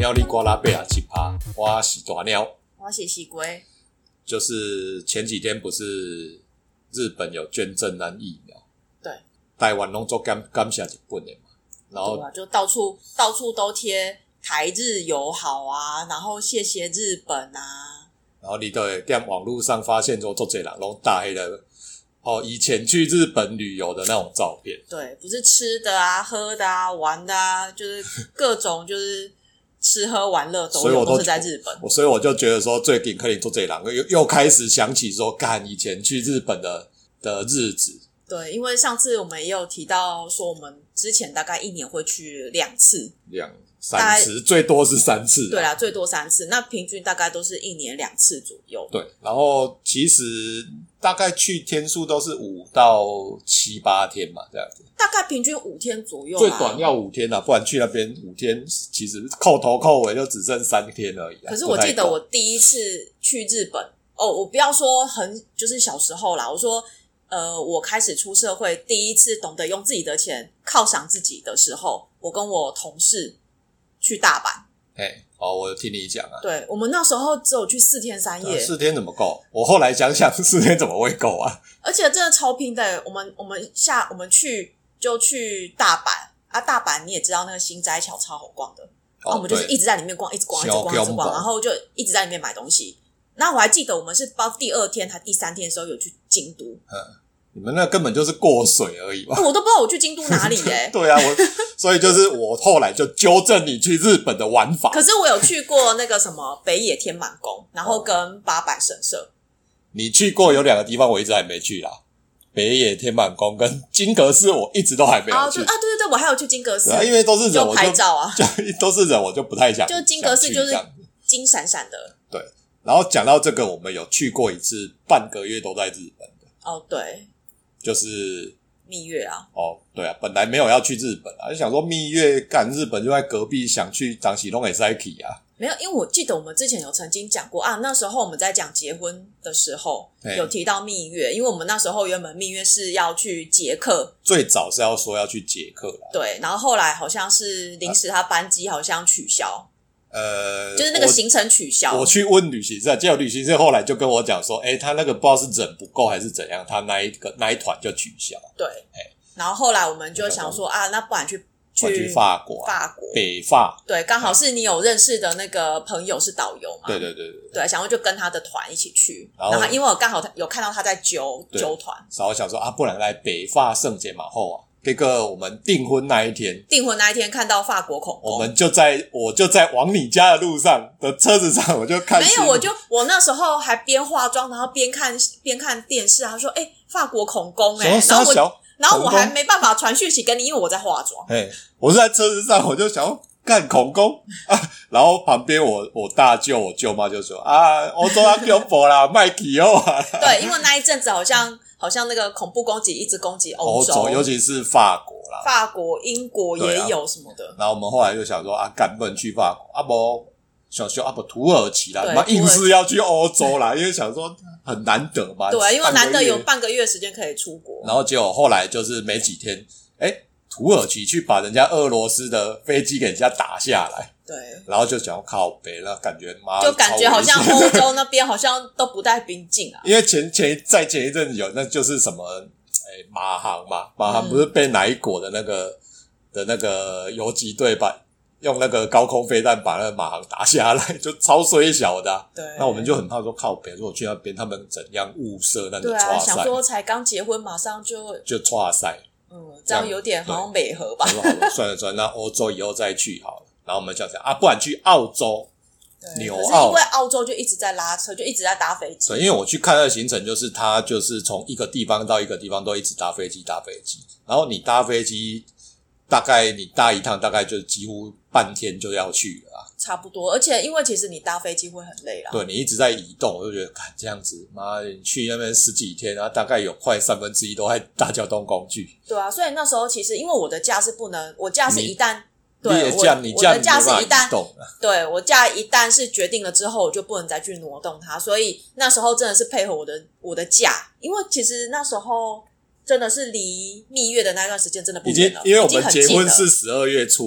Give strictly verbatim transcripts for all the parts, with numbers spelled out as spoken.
喵哩呱啦贝尔七趴，我是大鸟， 我是西龟。 就是前几天不是日本有捐赠咱疫苗， 对， 台湾拢做感感谢日本的嘛，然后、 啊、就到处到处都贴台日友好啊，然后谢谢日本啊， 然后你都会在网络上发现说，做这人拢大黑的哦，以前去日本旅游的那种照片， 对，不是吃的啊、喝的啊、玩的啊，就是各种就是吃喝玩乐都有，都是在日本。 所以我就觉得说，最近可以做这人又又开始想起说，干以前去日本的的日子。 对，因为上次我们也有提到说，我们之前大概一年会去两次， 两三次，最多是三次。 对啦，最多三次，那平均大概都是一年两次左右。 对，然后其实大概去天数都是五到七八天嘛，这样子。 大概平均五天左右啦， 最短要五天啦，不然去那边五天，其实扣头扣尾就只剩三天而已。 可是我记得我第一次去日本，哦，我不要说很就是小时候啦，我说呃，我开始出社会，第一次懂得用自己的钱犒赏自己的时候，我跟我同事去大阪。 哎，哦，我听你讲啊。 对，我们那时候只有去四天三夜。 啊、四天怎么够？我后来想想，四天怎么会够啊？ 而且真的超拼的。我们我们下我们去就去大阪啊，大阪你也知道那个心斋桥超好逛的，哦、啊，我们就是一直在里面逛，一直逛，一直逛，一直逛，然后就一直在里面买东西。然后我还记得我们是包第二天还第三天的时候有去京都。 嗯，你们那根本就是过水而已吧？ 我都不知道我去京都哪里耶、欸。 对啊，我所以就是我后来就纠正你去日本的玩法。 可是我有去过那个什么北野天满宫，然后跟八坂神社。 你去过有两个地方，我一直还没去啦。北野天满宫跟金阁寺，我一直都还没有去。 啊，对对对，我还有去金阁寺， 啊、因为都是人，我就拍照啊， 就都是人，我就不太想。 就金阁寺就是金闪闪的。 对，然后讲到这个，我们有去过一次，半个月都在日本的。 哦，对。 就是蜜月啊， 哦，对啊，本来没有要去日本啊，就想说蜜月赶日本就在隔壁，想去张喜东也塞去啊。 没有，因为我记得我们之前有曾经讲过啊，那时候我们在讲结婚的时候有提到蜜月，因为我们那时候原本蜜月是要去捷克， 最早是要说要去捷克啦， 对，然后后来好像是临时他班机好像取消。 呃， 就是那个行程取消。 我, 我去问旅行社，结果旅行社后来就跟我讲说，诶，他那个不知道是人不够还是怎样，他那一个那一团就取消。 对，然后后来我们就想说啊，那不然去去, 去法国、啊， 法国北法。 对，刚好是你有认识的那个朋友是导游嘛？ 对对对对对，想说就跟他的团一起去。然后, 然后因为我刚好有看到他在揪揪团， 然后想说啊，不然来北法圣节马后啊。这个我们订婚那一天， 订婚那一天看到法国恐攻， 我们就在我就在往你家的路上的车子上，我就看没有，我就我那时候还边化妆，然后边看边看电视，他说：“哎、欸，法国恐攻哎、欸！”然后我然后我还没办法传讯息给你，因为我在化妆。 哎，我是在车子上，我就想要干恐攻啊，然后旁边我我大舅我舅妈就说：“啊，欧洲啊恐怖啦，卖起哦啊！” 对，因为那一阵子好像。好像那个恐怖攻击一直攻击欧洲， 尤其是法国啦， 法国、英国也有什么的。 啊、然后我们后来就想说啊，干不能去法国，啊不想说啊不土耳其啦，妈硬是要去欧洲啦，因为想说很难得嘛。 对，因为难得有半个月时间可以出国。 然后结果后来就是没几天，哎，土耳其去把人家俄罗斯的飞机给人家打下来。 对， 然后就想要靠北，那感觉妈就感觉好像欧洲那边好像都不太平静啊。 因为前前在前一阵子有那就是什么，哎，马航嘛，马航不是被哪一国的那个、嗯、的那个游击队把用那个高空飞弹把那个马航打下来，就超衰小的、啊。对，那我们就很怕说靠北，如果去那边他们怎样误射那个对啊，想说才刚结婚马上就就挫赛， 嗯，这样有点好像美合吧。 好了，算了算了，那欧洲以后再去好了。然后我们就讲啊，不然去澳洲，纽澳。可是因为澳洲就一直在拉车，就一直在搭飞机。 对，因为我去看那个行程，就是它就是从一个地方到一个地方都一直搭飞机，搭飞机。然后你搭飞机，大概你搭一趟，大概就几乎半天就要去了啊。 差不多，而且因为其实你搭飞机会很累啦。 对，你一直在移动，我就觉得，看这样子，妈，你去那边十几天，然后大概有快三分之一都在搭交通工具。 对啊，所以那时候其实因为我的假是不能，我假是一旦。对， 你假你假我的假是一旦动对我假一旦是决定了之后，我就不能再去挪动它。所以那时候真的是配合我的我的假，因为其实那时候真的是离蜜月的那段时间真的不远了， 已经因为我们结婚是十二月初，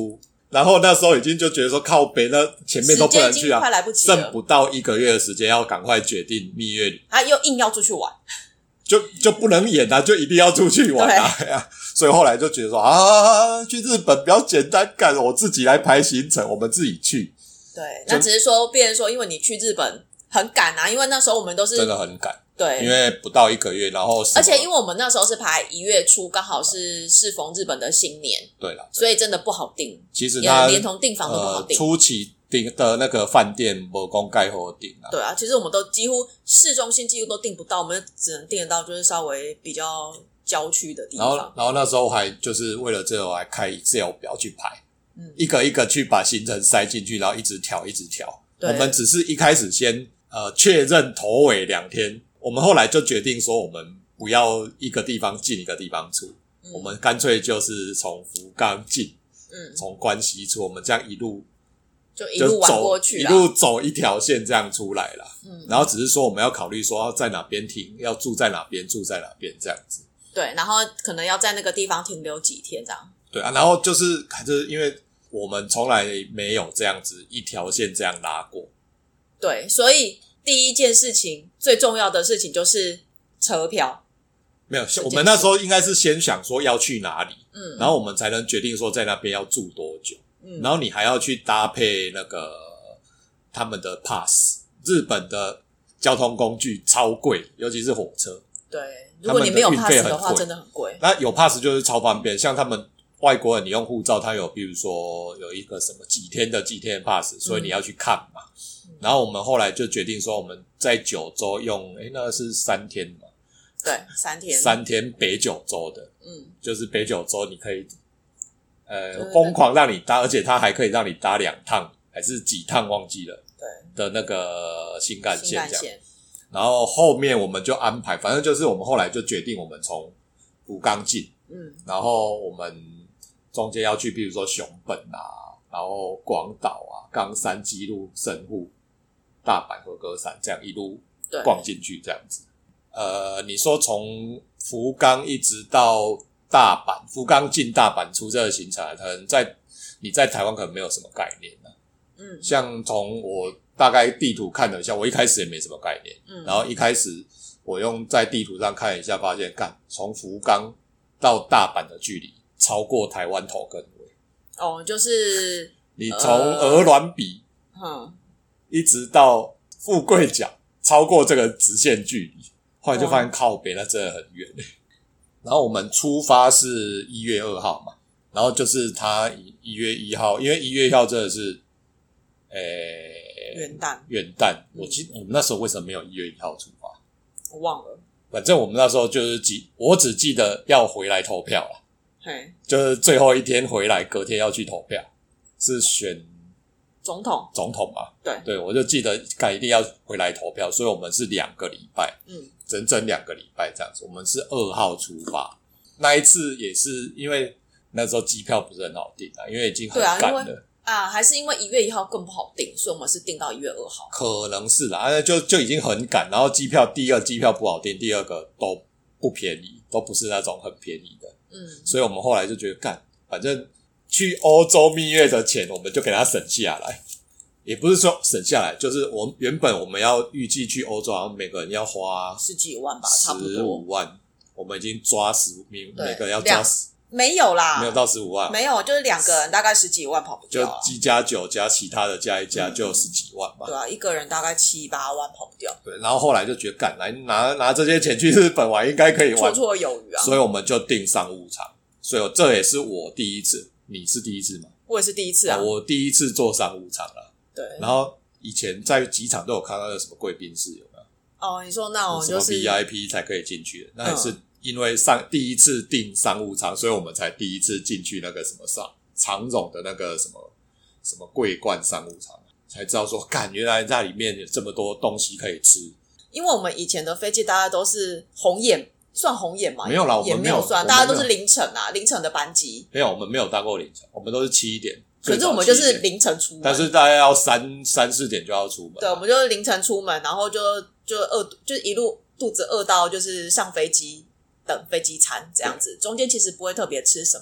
然后那时候已经就觉得说靠北，那前面都不能去啊， 快来不及了， 剩不到一个月的时间，要赶快决定蜜月旅， 他又硬要出去玩， 就就不能演啊，就一定要出去玩啊。所以后来就觉得说啊，去日本比较简单，干我自己来排行程，我们自己去。 对，那只是说，变成说，因为你去日本很赶啊，因为那时候我们都是真的很赶， 对， 因为不到一个月，然后而且因为我们那时候是排一月初，刚好是适逢日本的新年， 对了， 所以真的不好订。 其实它连同订房都不好订， 呃、初期订的那个饭店没公盖好订啊。 对啊，其实我们都几乎市中心几乎都订不到，我们只能订得到就是稍微比较郊区的地方。 然后，然后那时候还就是为了这个，我还开 Excel 表去排，嗯，一个一个去把行程塞进去，然后一直调，一直调。我们只是一开始先呃确认头尾两天，我们后来就决定说，我们不要一个地方进一个地方出，嗯、我们干脆就是从福冈进，嗯，从关西出，我们这样一路就一路玩过去， 一路走一条线这样出来啦。嗯，然后只是说我们要考虑说要在哪边停，要住在哪边，住在哪边这样子。 对，然后可能要在那个地方停留几天这样。 对啊，然后就是就是因为我们从来没有这样子一条线这样拉过。 对，所以第一件事情最重要的事情就是车票。 没有，我们那时候应该是先想说要去哪里，嗯，然后我们才能决定说在那边要住多久，嗯，然后你还要去搭配那个他们的 pass， 日本的交通工具超贵，尤其是火车。 对，如果你没有 pass 的话，真的很贵。 那有 pass 就是超方便，像他们外国人，你用护照，他有比如说有一个什么几天的几天的 pass， 所以你要去看嘛。嗯、然后我们后来就决定说，我们在九州用，诶，那是三天嘛？ 对，三天， 三天北九州的，嗯，就是北九州你可以呃疯狂让你搭，而且它还可以让你搭两趟还是几趟忘记了，对的那个新干线这样。然后后面我们就安排，反正就是我们后来就决定，我们从福冈进，嗯，然后我们中间要去，比如说熊本啊，然后广岛啊、冈山、姬路、神户、大阪、和歌山，这样一路逛进去，这样子。呃，你说从福冈一直到大阪，福冈进大阪出这个行程，可能在你在台湾可能没有什么概念啊。嗯，像从我大概地图看了一下，我一开始也没什么概念，嗯，然后一开始我用在地图上看一下，发现干从福冈到大阪的距离超过台湾头跟尾。 哦，就是你从鹅銮鼻，嗯，一直到富贵角，超过这个直线距离。后来就发现靠北那真的很远。然后我们出发是一月二号嘛，然后就是他一月一号，因为一月一号真的是诶元旦元旦，我记我们那时候为什么没有一月一号出发？ 我忘了。 反正我们那时候就是记，我只记得要回来投票啦，嘿，就是最后一天回来，隔天要去投票，是选总统， 总统嘛？ 对对，我就记得该一定要回来投票，所以我们是两个礼拜，嗯，整整两个礼拜这样子。我们是二号出发，那一次也是因为那时候机票不是很好订啊，因为已经很赶了。 啊，还是因为一月一号更不好订，所以我们是订到一月二号。 可能是啦，就就已经很赶，然后机票第一个机票不好订，第二个都不便宜，都不是那种很便宜的。嗯，所以我们后来就觉得干，反正去欧洲蜜月的钱我们就给它省下来，也不是说省下来，就是我原本我们要预计去欧洲，好像每个人要花十几万吧，差不多十五万，我们已经抓十，每每个人要抓十。 没有啦， 没有到十五万， 没有，就是两个人大概十几万跑不掉、啊， 就鸡加酒加其他的加一加就十几万吧、嗯。 对啊，一个人大概七八万跑不掉。 对，然后后来就觉得，干来拿拿这些钱去日本玩，应该可以玩， 绰绰有余啊。 所以我们就订商务舱，所以这也是我第一次，你是第一次吗？ 我也是第一次啊， 我第一次坐商务舱了。 对， 然后以前在机场都有看到有什么贵宾室，有没有？ 哦，你说那种就是 V I P 才可以进去的，那也是。嗯，因为上第一次订商务舱，所以我们才第一次进去那个什么上长荣的那个什么什么桂冠商务舱，才知道说，干原来在里面有这么多东西可以吃。 因为我们以前的飞机大家都是红眼，算红眼吗？ 没有啦， 也没有算，大家都是凌晨啊，凌晨的班机。 没有，我们没有搭过凌晨，我们都是七点。 可是我们就是凌晨出门， 但是大概要三三四点就要出门。 对，我们就是凌晨出门，然后就就饿，就一路肚子饿到就是上飞机。等飞机餐这样子，中间其实不会特别吃什么，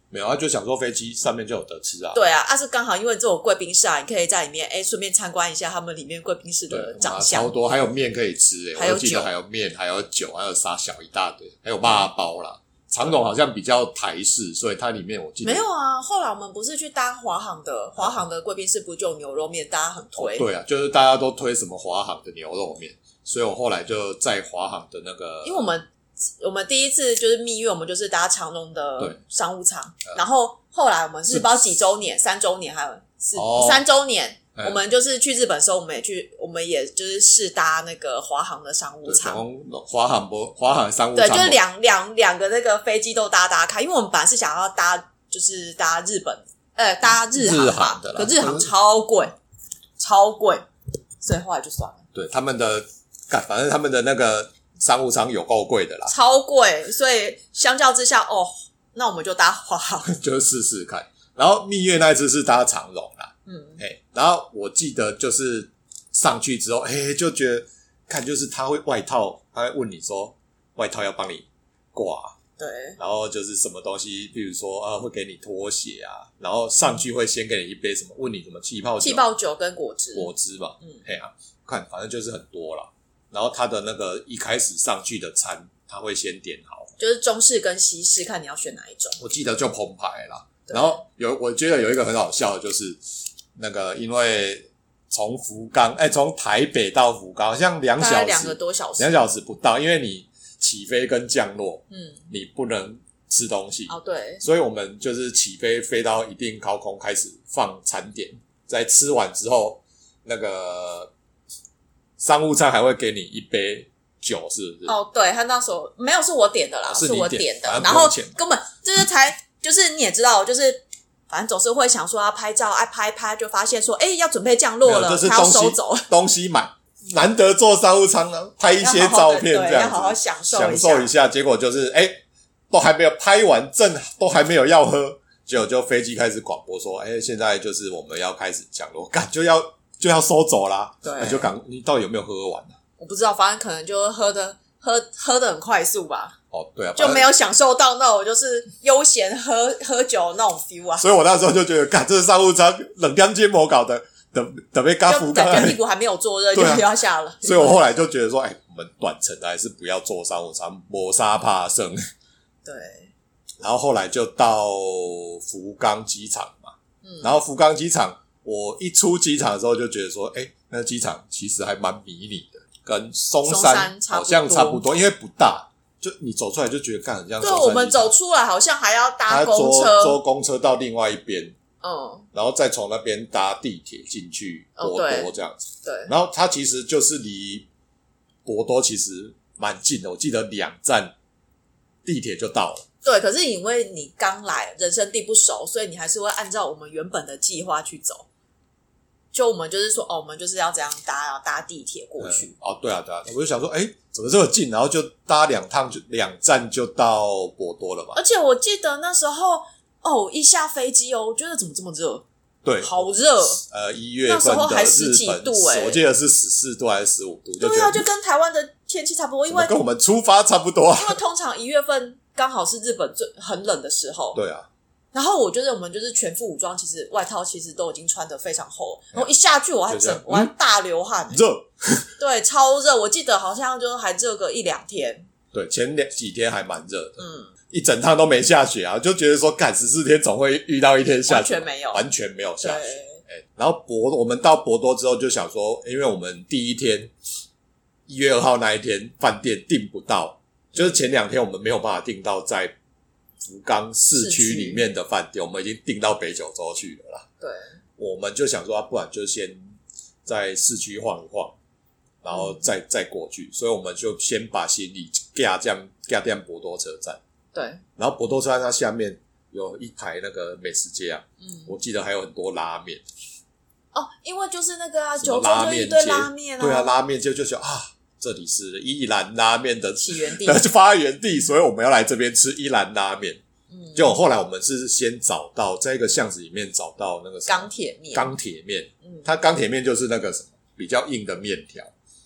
没有，他就想说飞机上面就有得吃啊。 对啊，啊是刚好因为这种贵宾室啊，你可以在里面哎顺便参观一下他们里面贵宾室的长相。 超多，还有面可以吃哎、欸， 还有我记得还有面，还有酒，还有沙小一大堆，还有麻包啦。长荣好像比较台式，所以它里面我记得没有啊。后来我们不是去搭华航的，华航的贵宾室不就有牛肉面，大家很推、 哦。对啊，就是大家都推什么华航的牛肉面，所以我后来就在华航的那个， 因为我们我们第一次就是蜜月，我们就是搭长荣的商务舱，然后后来我们是不知道几周年，三周年还有是三周年。我们就是去日本的时候，我们也去，我们也就是试搭那个华航的商务舱， 华航不华航商务舱， 对，就是两两两个那个飞机都搭搭开，因为我们本来是想要搭，就是搭日本，呃，搭日航日航的啦， 可日航超贵，超贵，所以后来就算了。 对，他们的，反正他们的那个商务舱有够贵的啦， 超贵，所以相较之下，哦，那我们就搭华航， 就试试看。然后蜜月那一次是搭长荣啦。嗯，哎，然后我记得就是上去之后，哎，就觉得看就是他会外套，他会问你说外套要帮你挂， 对， 然后就是什么东西，比如说呃会给你拖鞋啊，然后上去会先给你一杯什么，问你什么气泡酒、 气泡酒跟果汁， 果汁嘛，嗯，嘿啊，看反正就是很多啦。然后他的那个一开始上去的餐，他会先点好， 就是中式跟西式，看你要选哪一种。 我记得就澎湃啦。然后有我觉得有一个很好笑的就是。那个，因为从福冈，哎，从台北到福冈，好像两小时， 两个多小时， 两小时不到，因为你起飞跟降落，嗯，你不能吃东西， 哦，对， 所以我们就是起飞飞到一定高空开始放餐点，在吃完之后，那个商务舱还会给你一杯酒，是不是？ 哦，对，他那时候没有，是我点的啦， 哦、是, 是我点的， 然后根本就是才就是你也知道，就是。反正总是会想说要拍照，哎，拍拍就发现说，哎，要准备降落了， 就是他要收走东西买，难得坐商务舱呢，拍一些照片这样子， 要好好享受享受一下。结果就是，哎，都还没有拍完，正都还没有要喝，结果就飞机开始广播说，哎，现在就是我们要开始降落，赶就要就要收走啦。对，你就赶，你到底有没有喝完啊？ 我不知道，反正可能就喝的喝喝的很快速吧。 哦，对啊， 就没有享受到那种就是悠闲喝喝酒那种 feel 啊。 所以我那时候就觉得，干，这是商务舱冷干筋膜搞的，等等被嘎服， 感觉屁股还没有坐热就要下了。 所以我后来就觉得说，哎，我们短程的还是不要坐商务舱，磨砂怕生。 对。 然后后来就到福冈机场嘛，嗯，然后福冈机场，我一出机场的时候就觉得说，哎，那机场其实还蛮迷你的，跟松山好像差不多，因为不大。就你走出来就觉得干很像， 对，我们走出来好像还要搭公车， 坐公车到另外一边， 嗯， 然后再从那边搭地铁进去博多这样子， 对， 然后它其实就是离博多其实蛮近的，我记得两站地铁就到了。 对，可是因为你刚来，人生地不熟，所以你还是会按照我们原本的计划去走。就我们就是说，哦，我们就是要这样搭，要搭地铁过去。 嗯、哦，对啊，对啊，我就想说，哎，怎么这么近？然后就搭两趟，就两站就到博多了嘛。 而且我记得那时候，哦，一下飞机哦，我觉得怎么这么热？ 对， 好热。 呃，一月份的日本，那时候还十几度哎、欸， 我记得是十四度还是十五度？ 对啊，就跟台湾的天气差不多，因为跟我们出发差不多、啊。 因为通常一月份刚好是日本最很冷的时候。 对啊。 然后我觉得我们就是全副武装，其实外套其实都已经穿得非常厚，然后一下去我还整我还大流汗、欸， 热， 对，超热。我记得好像就还热个一两天， 对，前两几天还蛮热的，嗯，一整趟都没下雪啊，就觉得说干十四天总会遇到一天下雪， 完全没有， 完全没有下雪。欸、然后博我们到博多之后就想说，因为我们第一天一月二号那一天饭店订不到，就是前两天我们没有办法订到在福冈市区里面的饭店，我们已经订到北九州去了啦。 对， 我们就想说，啊、不然就先在市区晃一晃，然后再、嗯、再过去。所以我们就先把行李架这样架在博多车站。 对， 然后博多车站它下面有一排那个美食街啊，嗯，我记得还有很多拉面。 哦，因为就是那个啊，九州就一堆拉面啊， 对啊，拉面就就就啊。这里是一兰拉面的起源地， 发源地，所以我们要来这边吃一兰拉面。嗯，就后来我们是先找到在一个巷子里面找到那个钢铁面， 钢铁面，嗯，它钢铁面就是那个什么比较硬的面条，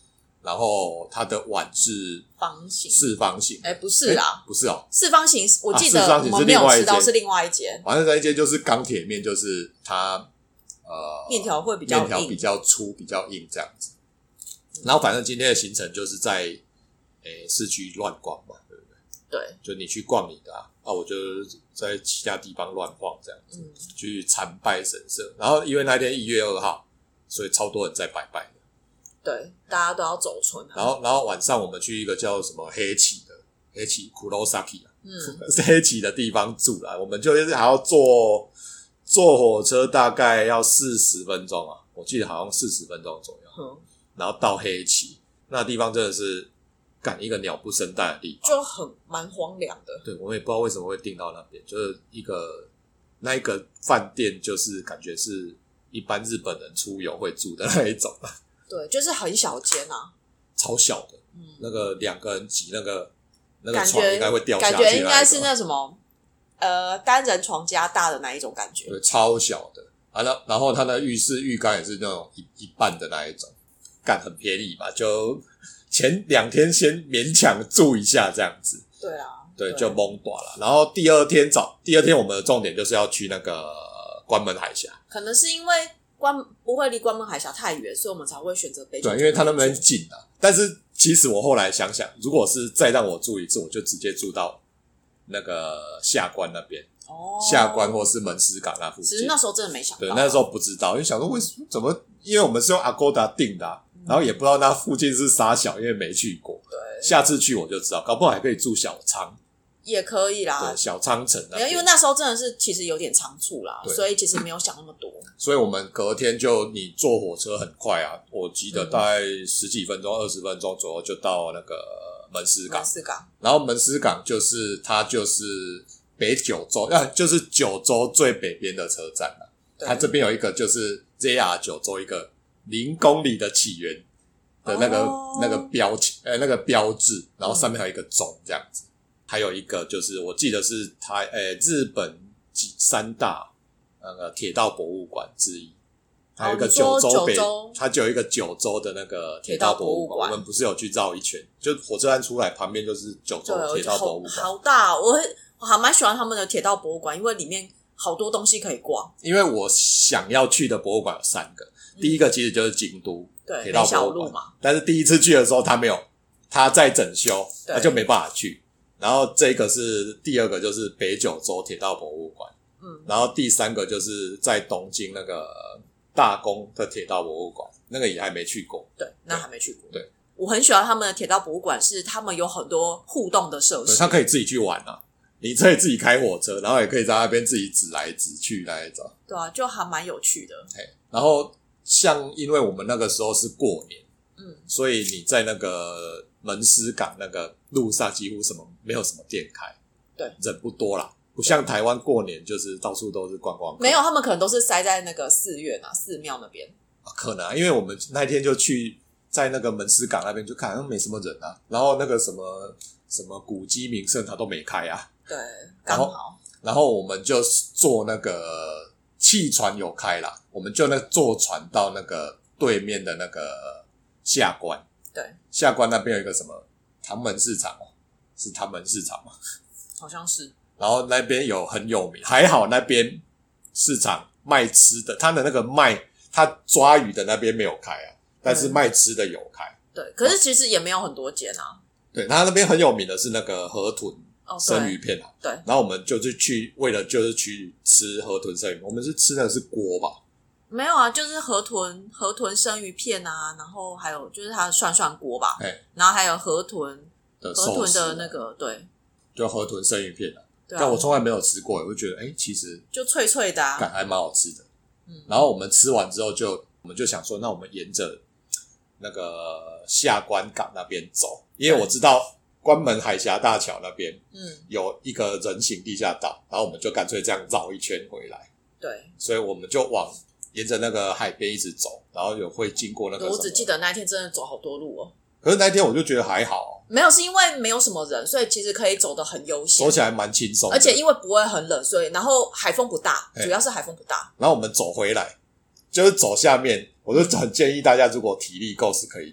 然后它的碗是方形四方形， 哎、欸，不是啦， 不是哦， 四方形我记得我们没有吃到是另外一间， 反正那一间就是钢铁面，就是它呃面条会比较硬， 面条比较粗比较硬这样子。然后反正今天的行程就是在诶市区乱逛嘛，对不对？ 对， 就你去逛你的啊，啊我就在其他地方乱晃这样子，嗯、去参拜神社。然后因为那天一月二号，所以超多人在拜拜的。 对，大家都要走村、啊。 然后，然后晚上我们去一个叫什么黑崎的黑崎 Kurosaki 啊，嗯，是黑崎的地方住啦。我们就是还要坐坐火车，大概要四十分钟啊，我记得好像四十分钟左右。嗯，然后到黑崎那地方真的是赶一个鸟不生蛋的地方， 就很蛮荒凉的。 对，我也不知道为什么会订到那边，就是一个那一个饭店，就是感觉是一般日本人出游会住的那一种。 对，就是很小间啊， 超小的，嗯，那个两个人挤那个那个床应该会掉下去， 感觉应该是那什么呃单人床加大的那一种感觉， 对，超小的啊。那然后它的浴室浴缸也是那种一一半的那一种，干很便宜吧？就前两天先勉强住一下这样子， 对啊， 对，对就懵短了。然后第二天早，第二天我们的重点就是要去那个关门海峡， 可能是因为。关不会离关门海峡太远，所以我们才会选择北九州。 对，因为它那边近啊。但是其实我后来想想，如果是再让我住一次，我就直接住到那个下关那边，哦，下关或是门司港那附近。 其实那时候真的没想到， 对，那时候不知道，因为想说为什么怎么，因为我们是用 Agoda 订的、啊嗯，然后也不知道那附近是啥小，因为没去过。对，下次去我就知道，搞不好还可以住小仓。 也可以啦， 对，小仓城那边， 因为那时候真的是其实有点仓促啦，所以其实没有想那么多。 所以我们隔天就你坐火车很快啊，我记得大概十几分钟、二十分钟左右就到那个门司港。 门司港， 然后门司港就是它就是北九州，啊，就是九州最北边的车站了。它这边有一个就是 J R 九州一个零公里的起源的那个、哦、那个标呃那个标志，然后上面还有一个钟这样子。还有一个就是我记得是台诶日本三大那个铁道博物馆之一，还有一个九州北，它就有一个九州的那个铁道博物馆。我们不是有去绕一圈，就火车站出来旁边就是九州铁道博物馆， 好大、哦！我我还蛮喜欢他们的铁道博物馆，因为里面好多东西可以逛。 因为我想要去的博物馆有三个，嗯、第一个其实就是京都铁道博物馆嘛，但是第一次去的时候他没有，他在整修，他就没办法去。然后这个是第二个，就是北九州铁道博物馆，嗯，然后第三个就是在东京那个大宫的铁道博物馆，那个也还没去过， 对，那还没去过。 对， 我很喜欢他们的铁道博物馆，是他们有很多互动的设施， 他可以自己去玩啊，你可以自己开火车，然后也可以在那边自己指来指去那一种， 对啊，就还蛮有趣的。 然后像因为我们那个时候是过年，嗯，所以你在那个门司港那个路上几乎什么没有什么店开， 对， 人不多啦，不像台湾过年就是到处都是观光客。 没有，他们可能都是塞在那个寺院啊、寺庙那边、 啊。可能、啊，因为我们那天就去在那个门司港那边就看，好像没什么人啊。然后那个什么什么古迹名胜它都没开啊。 对，刚好。 然后我们就坐那个汽船有开啦，我们就那坐船到那个对面的那个下关。 对， 下关那边有一个什么唐门市场哦，是唐门市场吗？ 好像是。 然后那边有很有名，还好那边市场卖吃的，他的那个卖他抓鱼的那边没有开啊，但是卖吃的有开。 对，可是其实也没有很多间啊。 对，他那边很有名的是那个河豚生鱼片啊。 对。 然后我们就是去，为了就是去吃河豚生鱼，我们是吃的是锅吧。 没有啊，就是河豚河豚生鱼片啊，然后还有就是它的涮涮锅吧，然后还有河豚的河豚的那个对， 就河豚生鱼片啊。对啊，但我从来没有吃过，我就觉得哎，其实就脆脆的啊， 感还蛮好吃的。嗯，然后我们吃完之后就，我们就想说，那我们沿着那个下关港那边走，因为我知道关门海峡大桥那边，嗯，有一个人行地下道，然后我们就干脆这样绕一圈回来。 对， 所以我们就往沿着那个海边一直走，然后有会经过那个什么。 我只记得那一天真的走好多路哦。 可是那一天我就觉得还好、哦， 没有，是因为没有什么人，所以其实可以走得很悠闲， 走起来蛮轻松的， 而且因为不会很冷，所以然后海风不大，主要是海风不大。 然后我们走回来，就是走下面，我就很建议大家如果体力够是可以走啦，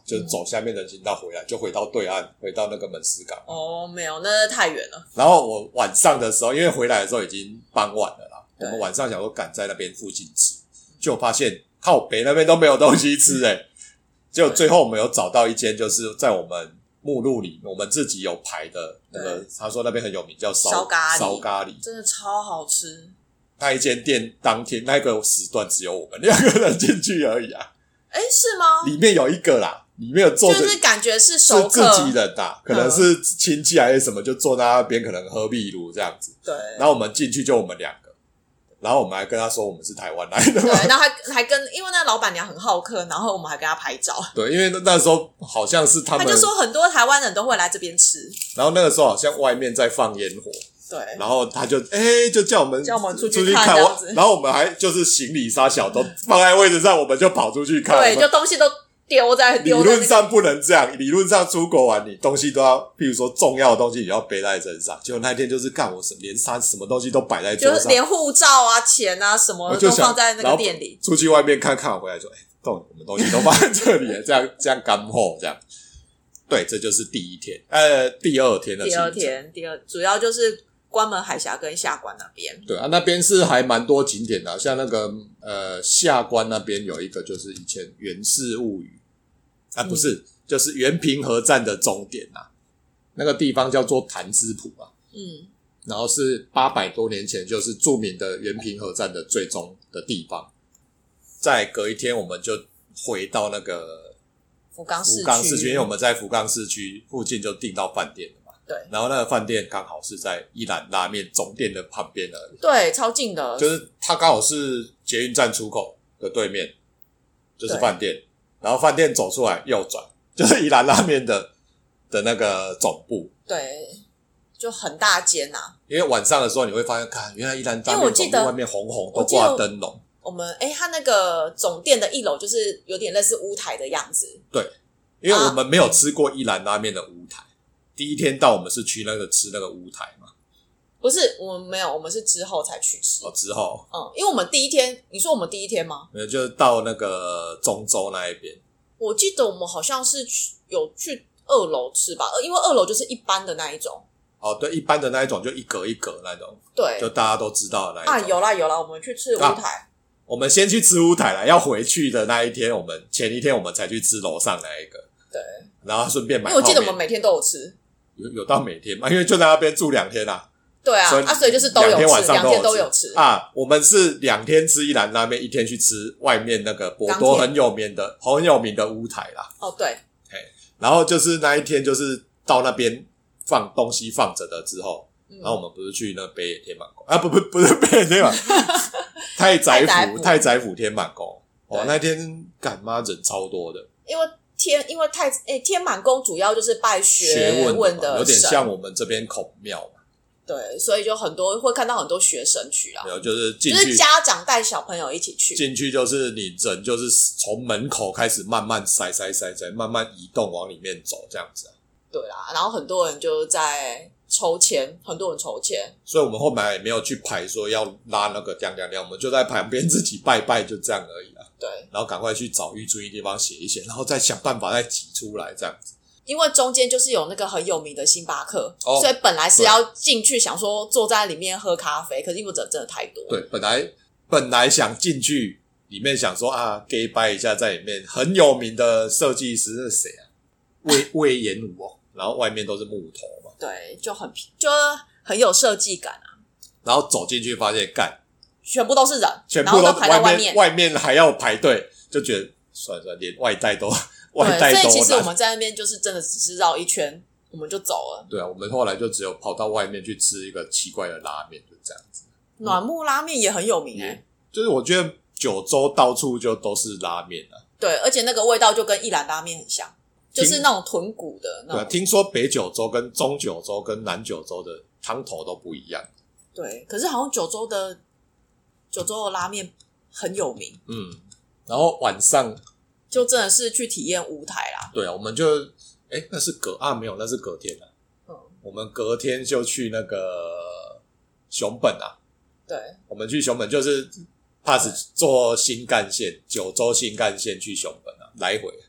就是走下面人行道回来，就回到对岸，回到那个门司港。 哦，没有，那太远了。 然后我晚上的时候，因为回来的时候已经傍晚了啦，我们晚上想说赶在那边附近吃，就发现靠北那边都没有东西吃诶、欸。结果最后我们有找到一间，就是在我们目录里我们自己有排的那个，他说那边很有名，叫烧咖喱， 烧咖喱真的超好吃。 那一间店当天那个时段只有我们两个人进去而已啊。 诶，是吗？ 里面有一个啦，里面有坐着， 就是感觉是熟客， 是自己人啦，可能是亲戚还是什么，就坐在那边，可能喝秘鲁这样子。 对。 然后我们进去就我们两个，然后我们还跟他说我们是台湾来的。 对，然后还还跟，因为那老板娘很好客，然后我们还跟他拍照。 对，因为那时候好像是他们， 他就说很多台湾人都会来这边吃。 然后那个时候好像外面在放烟火。 对， 然后他就哎、欸，就叫我们叫我们出去看这样子， 然后我们还就是行李沙小都放在位置上，我们就跑出去看。 对，就东西都丢在丢在、那個、 理论上不能这样，理论上出国玩你东西都要，譬如说重要的东西你要背在身上。结果那天就是干我连啥什么东西都摆在桌上， 就是连护照啊、钱啊什么都放在那个店里。 出去外面看看，回来说，哎、欸，我们东西都放在这里，这样这样干货这样。对，这就是第一天，呃，第二天的行程。 第二天，第二主要就是关门海峡跟下关那边。 对啊，那边是还蛮多景点的、啊，像那个呃下关那边有一个就是以前源氏物语啊，不是、嗯、就是原平和站的终点啊，那个地方叫做潭之浦啊，嗯，然后是八百多年前就是著名的原平和站的最终的地方。再隔一天我们就回到那个福冈市区， 福冈市区，因为我们在福冈市区附近就订到饭店了。 对， 然后那个饭店刚好是在一兰拉面总店的旁边而已。 对，超近的， 就是它刚好是捷运站出口的对面，就是饭店。然后饭店走出来右转，就是一兰拉面的的那个总部。 对，就很大间啊。 因为晚上的时候你会发现，看原来一兰拉面总部外面红红都挂灯笼。 我们诶，它那个总店的一楼就是有点类似屋台的样子。 对，因为我们没有吃过一兰拉面的屋台。第一天到我们是去那个吃那个屋台嘛？ 不是，我们没有，我们是之后才去吃。 哦，之后， 嗯，因为我们第一天，你说我们第一天吗？ 没有，就是到那个中州那一边。 我记得我们好像是去有去二楼吃吧，因为二楼就是一般的那一种。 哦，对，一般的那一种就一格一格那种， 对， 就大家都知道的那一种。 啊，有啦有啦，我们去吃屋台。啊， 我们先去吃屋台啦，要回去的那一天，我们前一天我们才去吃楼上那一个。 对， 然后顺便买泡面。 因为我记得我们每天都有吃。 有有到每天嘛？因为就在那边住两天啦。 对啊，所以啊，所以就是都有吃，两天晚上都有吃，都有吃啊。我们是两天吃一兰拉面，一天去吃外面那个博多很有名的、很有名的屋台啦。 哦，对。 然后就是那一天，就是到那边放东西放着的之后，嗯、然后我们不是去那个北野天满宫啊？不不不是北野天满太宰府太宰府天满宫。哦，那天干妈人超多的， 因为。天，因为太诶，天满宫主要就是拜学问的神， 有点像我们这边孔庙嘛。 对，所以就很多会看到很多学生去啦。 没有，就是进去， 就是家长带小朋友一起去。 进去就是你人就是从门口开始慢慢塞塞塞塞，慢慢移动往里面走这样子啊。 对啦，然后很多人就在抽签，很多人抽签， 所以我们后面也没有去排说要拉那个亮亮亮，我们就在旁边自己拜拜，就这样而已啦。 对， 然后赶快去找预注意地方写一写，然后再想办法再挤出来这样子。 因为中间就是有那个很有名的星巴克，哦、所以本来是要进去想说坐在里面喝咖啡，可是因为人真的太多。 对，本来本来想进去里面想说啊 gay 拜一下，在里面很有名的设计师是谁啊？魏魏延武哦，然后外面都是木头嘛。 对，就很就很有设计感啊。 然后走进去发现干。 全部都是人， 全部都排到外面， 外面还要排队，就觉得算了算了，连外带都外带都难。 所以其实我们在那边就是真的只是绕一圈，我们就走了。 对啊，我们后来就只有跑到外面去吃一个奇怪的拉面，就这样子。 暖木拉面也很有名诶、欸， 就是我觉得九州到处就都是拉面啊。 对，而且那个味道就跟一兰拉面很像，就是那种豚骨的那种。 对啊，听说北九州跟中九州跟南九州的汤头都不一样。 对，可是好像九州的。九州的拉面很有名， 嗯，然后晚上就真的是去体验舞台啦。 对啊，我们就诶那是隔啊没有，那是隔天啊。嗯，我们隔天就去那个熊本啊。 对， 我们去熊本就是 pass 坐新干线，九州新干线去熊本啊，来回。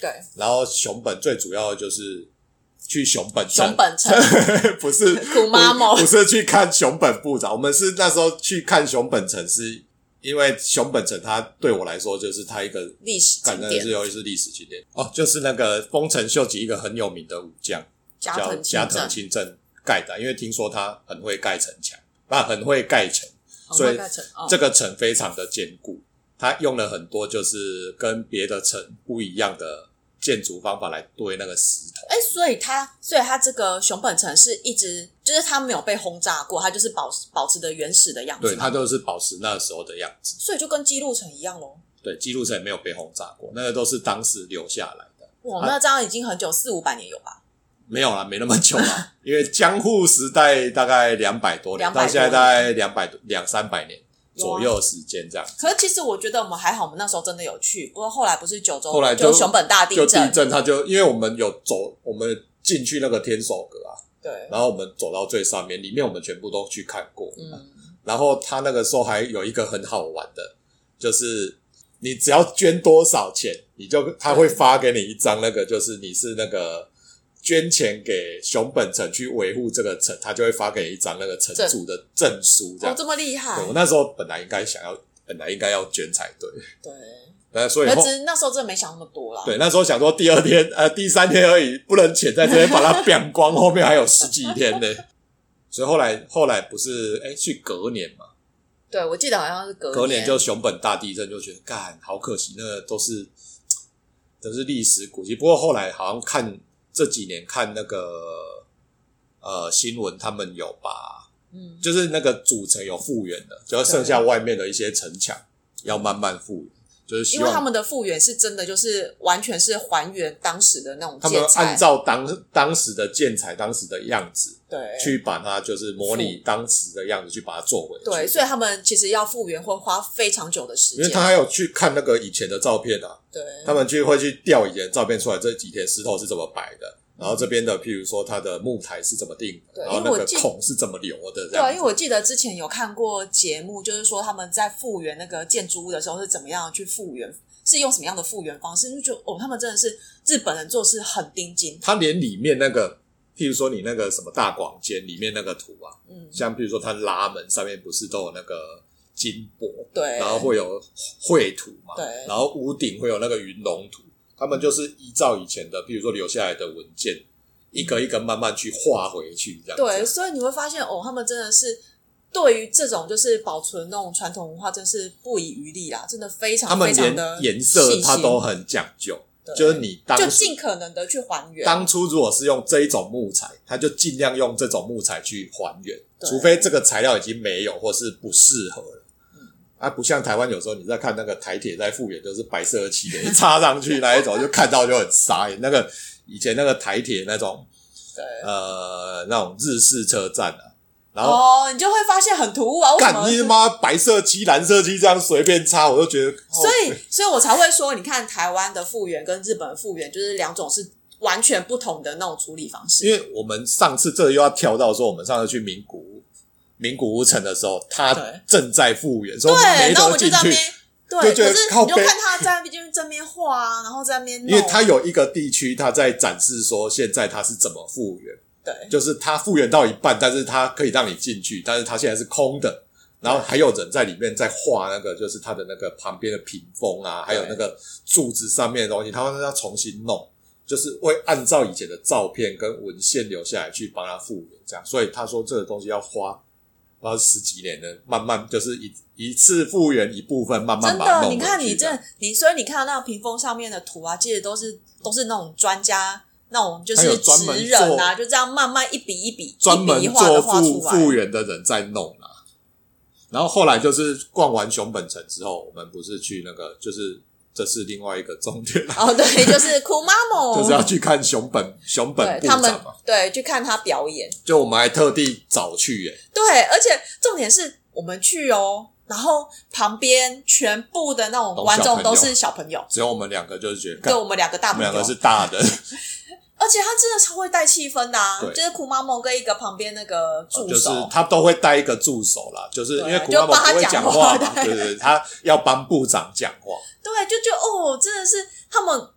对， 然后熊本最主要的就是去熊本城，熊本城不是苦妈妈， 不是去看熊本部长，我们是那时候去看熊本城，是因为熊本城它对我来说就是它一个历史景点， 是尤其是历史景点哦，就是那个丰臣秀吉一个很有名的武将加叫加藤清正盖的，因为听说他很会盖城墙，啊，很会盖城，所以这个城非常的坚固。他用了很多就是跟别的城不一样的建筑方法来堆那个石头。 哎，所以他所以他这个熊本城是一直就是他没有被轰炸过，他就是保保持的原始的样子。 对，他都是保持那时候的样子。 所以就跟姬路城一样咯。 对，姬路城也没有被轰炸过，那个都是当时留下来的。 哇，那这样已经很久，四五百年有吧？ 没有啦，没那么久啦，因为江户时代大概两百多年，到现在大概两百两三百年左右时间这样。 可是其实我觉得我们还好，我们那时候真的有去，不过后来不是九州， 后来就熊本大地震， 就地震，他就因为我们有走，我们进去那个天守阁啊， 对， 然后我们走到最上面，里面我们全部都去看过， 嗯， 然后他那个时候还有一个很好玩的，就是你只要捐多少钱，你就他会发给你一张那个，就是你是那个。捐钱给熊本城去维护这个城，他就会发给你一张那个城主的证书，这样。 哦，这么厉害！ 对，我那时候本来应该想要，本来应该要捐才对。 对。 那所以可是那时候真的没想那么多啦。 对，那时候想说第二天呃第三天而已，不能钱在这边把它变光，后面还有十几天呢。所以后来后来不是哎去隔年嘛？ 对，我记得好像是隔年。 隔年就熊本大地震，就觉得干好可惜，那个都是都是历史古迹。不过后来好像看。这几年看那个呃新闻，他们有把，嗯，就是那个主城有复原的，就剩下外面的一些城墙要慢慢复原，就是希望因为他们的复原是真的，就是完全是还原当时的那种建材， 他们按照当当时的建材、当时的样子， 对， 去把它就是模拟当时的样子去把它做回去。 对，所以他们其实要复原会花非常久的时间， 因为他还有去看那个以前的照片啊。 对， 他们去会去调以前的照片出来，这几天石头是怎么摆的，然后这边的譬如说它的木台是怎么定的，然后那个孔是怎么留的这样。 对，因为我记得之前有看过节目，就是说他们在复原那个建筑物的时候是怎么样去复原，是用什么样的复原方式，就觉得哦，他们真的是日本人做事很盯紧。 他连里面那个譬如说你那个什么大广间里面那个图啊，嗯，像譬如说它拉门上面不是都有那个金箔， 对， 然后会有绘图嘛， 对， 然后屋顶会有那个云龙图，他们就是依照以前的譬如说留下来的文件一个一个慢慢去画回去这样子。 对，所以你会发现哦，他们真的是对于这种就是保存那种传统文化真是不遗余力啦，真的非常非常的颜色它都很讲究，就是你当就尽可能的去还原。 当初如果是用这一种木材，它就尽量用这种木材去还原，除非这个材料已经没有或是不适合了。嗯，啊，不像台湾有时候你在看那个台铁在复原，就是白色的漆给插上去那一种，就看到就很傻眼。那个以前那个台铁那种，对，呃，那种日式车站啊。然后哦，你就会发现很突兀啊！ 干你他妈白色漆、蓝色漆这样随便插，我就觉得， 所以，所以我才会说，你看台湾的复原跟日本的复原，就是两种是完全不同的那种处理方式。 因为我们上次这又要跳到说，我们上次去名古屋名古屋城的时候，它正在复原，所以没得进去。 对，可是你就看他在那边正面画啊，然后在那边， 因为它有一个地区，它在展示说现在它是怎么复原。 对， 就是它复原到一半，但是它可以让你进去，但是它现在是空的，然后还有人在里面在画那个，就是它的那个旁边的屏风啊，还有那个柱子上面的东西，他们要重新弄，就是会按照以前的照片跟文献留下来去帮它复原，这样。所以他说这个东西要花，不知道十几年的，慢慢就是一一次复原一部分，慢慢把它弄回去。 真的，你看你这你，所以你看到那个屏风上面的图啊，其实都是都是那种专家。那种就是职人啊，就这样慢慢一笔一笔专门做复复原的人在弄啊。然后后来就是逛完熊本城之后，我们不是去那个，就是这是另外一个重点哦，对，就是库妈某， 就是要去看熊本熊本部长嘛， 对，去看他表演。 就我们还特地早去耶， 对，而且重点是我们去哦。然后旁边全部的那种观众都是小朋友， 只有我们两个就是觉得， 对，我们两个大朋友， 我们两个是大的。 而且他真的超会带气氛的啊！就是库妈梦跟一个旁边那个助手， 就是他都会带一个助手啦，就是因为库妈梦不会讲话嘛，对对对，他要帮部长讲话。 对，就就哦，真的是他们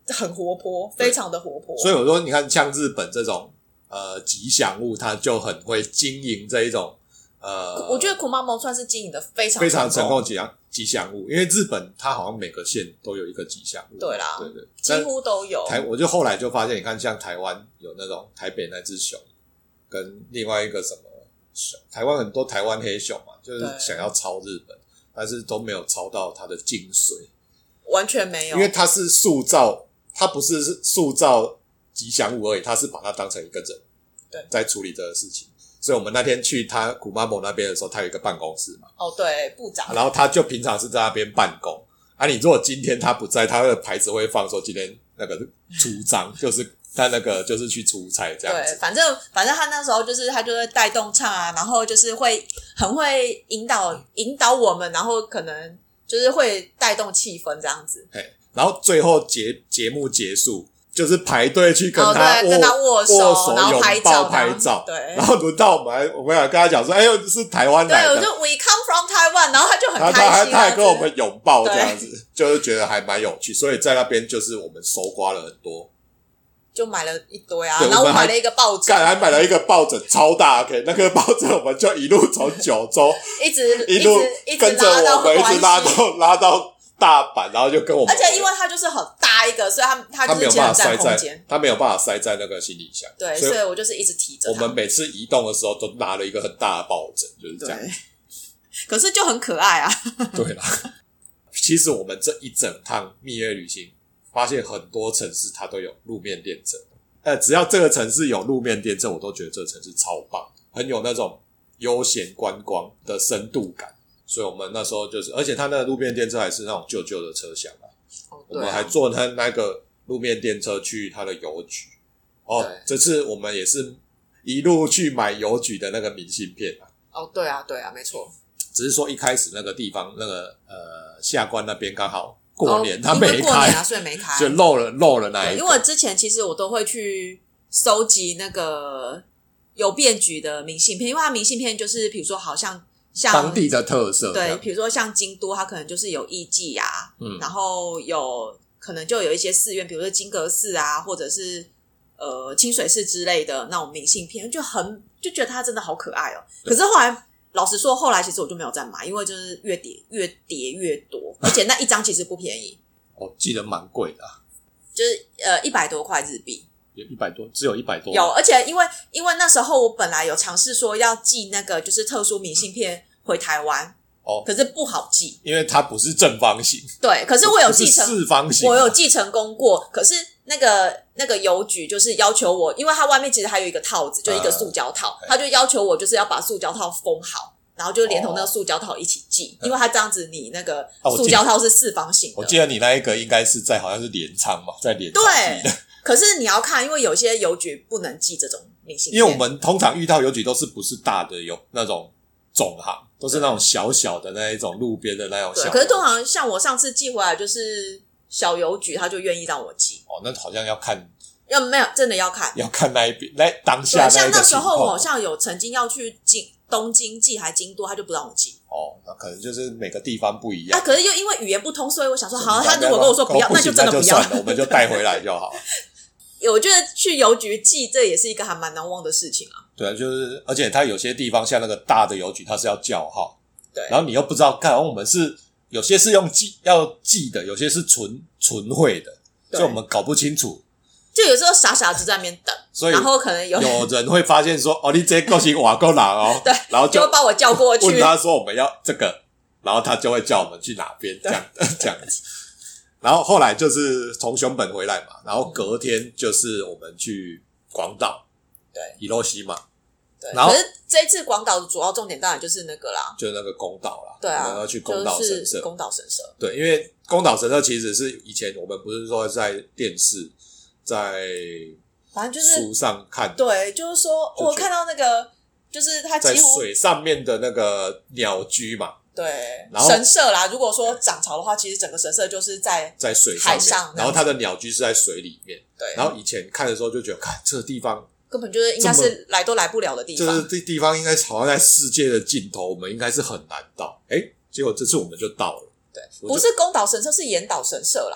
很活泼，非常的活泼。 所以我说，你看像日本这种呃吉祥物，它就很会经营这一种呃， 我觉得 Kumamo 算是经营的非常非常成功的吉祥吉祥物，因为日本它好像每个县都有一个吉祥物， 对啦， 对对， 几乎都有。 台我就后来就发现，你看像台湾有那种台北那只熊，跟另外一个什么熊，台湾很多台湾黑熊嘛，就是想要抄日本，但是都没有抄到它的精髓， 完全没有， 因为它是塑造，它不是塑造吉祥物而已，它是把它当成一个人， 对， 在处理这个事情。所以我们那天去他古妈某那边的时候，他有一个办公室嘛。 哦，对，部长。 然后他就平常是在那边办公。啊，你如果今天他不在，他的牌子会放说今天那个出张，就是他那个就是去出差这样子。 对，反正反正他那时候就是他就会带动唱啊，然后就是会很会引导引导我们，然后可能就是会带动气氛这样子。 嘿，然后最后节节目结束。就是排队去跟他握、 哦、跟他握手， 握手然后拍照拍照， 对。 然后轮到我们还，我们还跟他讲说：“哎呦，是台湾来的。” 对，我就 We come from Taiwan， 然后他就很开心， 他还跟我们拥抱这样子，就是觉得还蛮有趣。所以在那边就是我们搜刮了很多， 就买了一堆啊，然后我买了一个抱枕， 还买了一个抱枕超大 ，OK， 那个抱枕我们就一路从九州一直一路跟着我们，一直拉到拉到。大阪，然后就跟我们， 而且因为它就是很大一个，所以它它就是很占空间， 它没有办法塞在那个行李箱。 对，所以我就是一直提着它。 我们每次移动的时候都拿了一个很大的抱枕，就是这样。 可是就很可爱啊。 对啦，其实我们这一整趟蜜月旅行，发现很多城市它都有路面电车。呃，只要这个城市有路面电车，我都觉得这个城市超棒，很有那种悠闲观光的深度感。所以我们那时候就是，而且他那个路面电车还是那种旧旧的车厢啊。 哦、啊我们还坐他那个路面电车去他的邮局。哦，这次我们也是一路去买邮局的那个明信片啊。 哦，对啊，对啊，没错。 只是说一开始那个地方，那个呃下关那边刚好过年，他、 哦、 没开， 过年啊，所以没开， 就漏了漏了那一个。 因为之前其实我都会去收集那个邮便局的明信片，因为它明信片就是比如说好像。像当地的特色， 对，比如说像京都，它可能就是有艺妓啊， 嗯， 然后有可能就有一些寺院，比如说金阁寺啊，或者是呃清水寺之类的那种明信片，就很就觉得它真的好可爱哦。可是后来老实说，后来其实我就没有再买，因为就是越叠越叠越多，而且那一张其实不便宜， 我记得蛮贵的、啊， 就是呃一百多块日币。 有一百多，只有一百多。 有，而且因为因为那时候我本来有尝试说要寄那个就是特殊明信片回台湾， 哦， 可是不好寄， 因为它不是正方形。 对，可是我有继承四方形， 我有寄成功过，可是那个那个邮局就是要求我，因为它外面其实还有一个套子，就一个塑胶套，呃、他就要求我就是要把塑胶套封好。然后就连同那个塑胶套一起寄、哦，因为它这样子，你那个塑胶套是四方形的。 我记得你那一个应该是在好像是镰仓嘛，在镰仓寄的。 可是你要看，因为有些邮局不能寄这种明信片， 因为我们通常遇到邮局都是不是大的有那种总行，都是那种小小的那一种路边的那种小邮局。 对，可是通常像我上次寄回来就是小邮局，他就愿意让我寄。 哦，那好像要看， 要没有真的要看， 要看那一边那当下那一个情况。 像那时候我好像有曾经要去京东京寄还京都，他就不让我寄。 哦，那可能就是每个地方不一样。 啊，可是又因为语言不通，所以我想说，好，他如果跟我说不要， 那就真的不要， 那就算了，我们就带回来就好。 我觉得去邮局寄，这也是一个还蛮难忘的事情啊。 对啊，就是而且它有些地方像那个大的邮局，它是要叫号， 对， 然后你又不知道，看我们是有些是用寄要寄的，有些是纯纯汇的，所以我们搞不清楚。 就有时候傻傻就在那边等， 所以然后可能有有人会发现说，哦，你这个是外国人哦， 对， 然后就就会把我叫过去， 问他说我们要这个，然后他就会叫我们去哪边，这样这样子。然后后来就是从熊本回来嘛，然后隔天就是我们去广岛， 对， 伊洛西嘛， 对。 然后可是这一次广岛的主要重点当然就是那个啦， 就是那个宫岛啦， 对啊， 我们要去宫岛神社， 宫岛神社， 对，因为宫岛神社其实是以前我们不是说在电视在反正就是书上看， 对，就是说我看到那个就是它在几乎水上面的那个鸟居嘛。 对，神社啦，如果说涨潮的话，其实整个神社就是在在水上面海上， 然后它的鸟居是在水里面。 对， 然后以前看的时候就觉得，看这个地方根本就是应该是来都来不了的地方， 就是这地方应该好像在世界的尽头，我们应该是很难到。诶，结果这次我们就到了。 对，不是宫岛神社，是岩岛神社啦。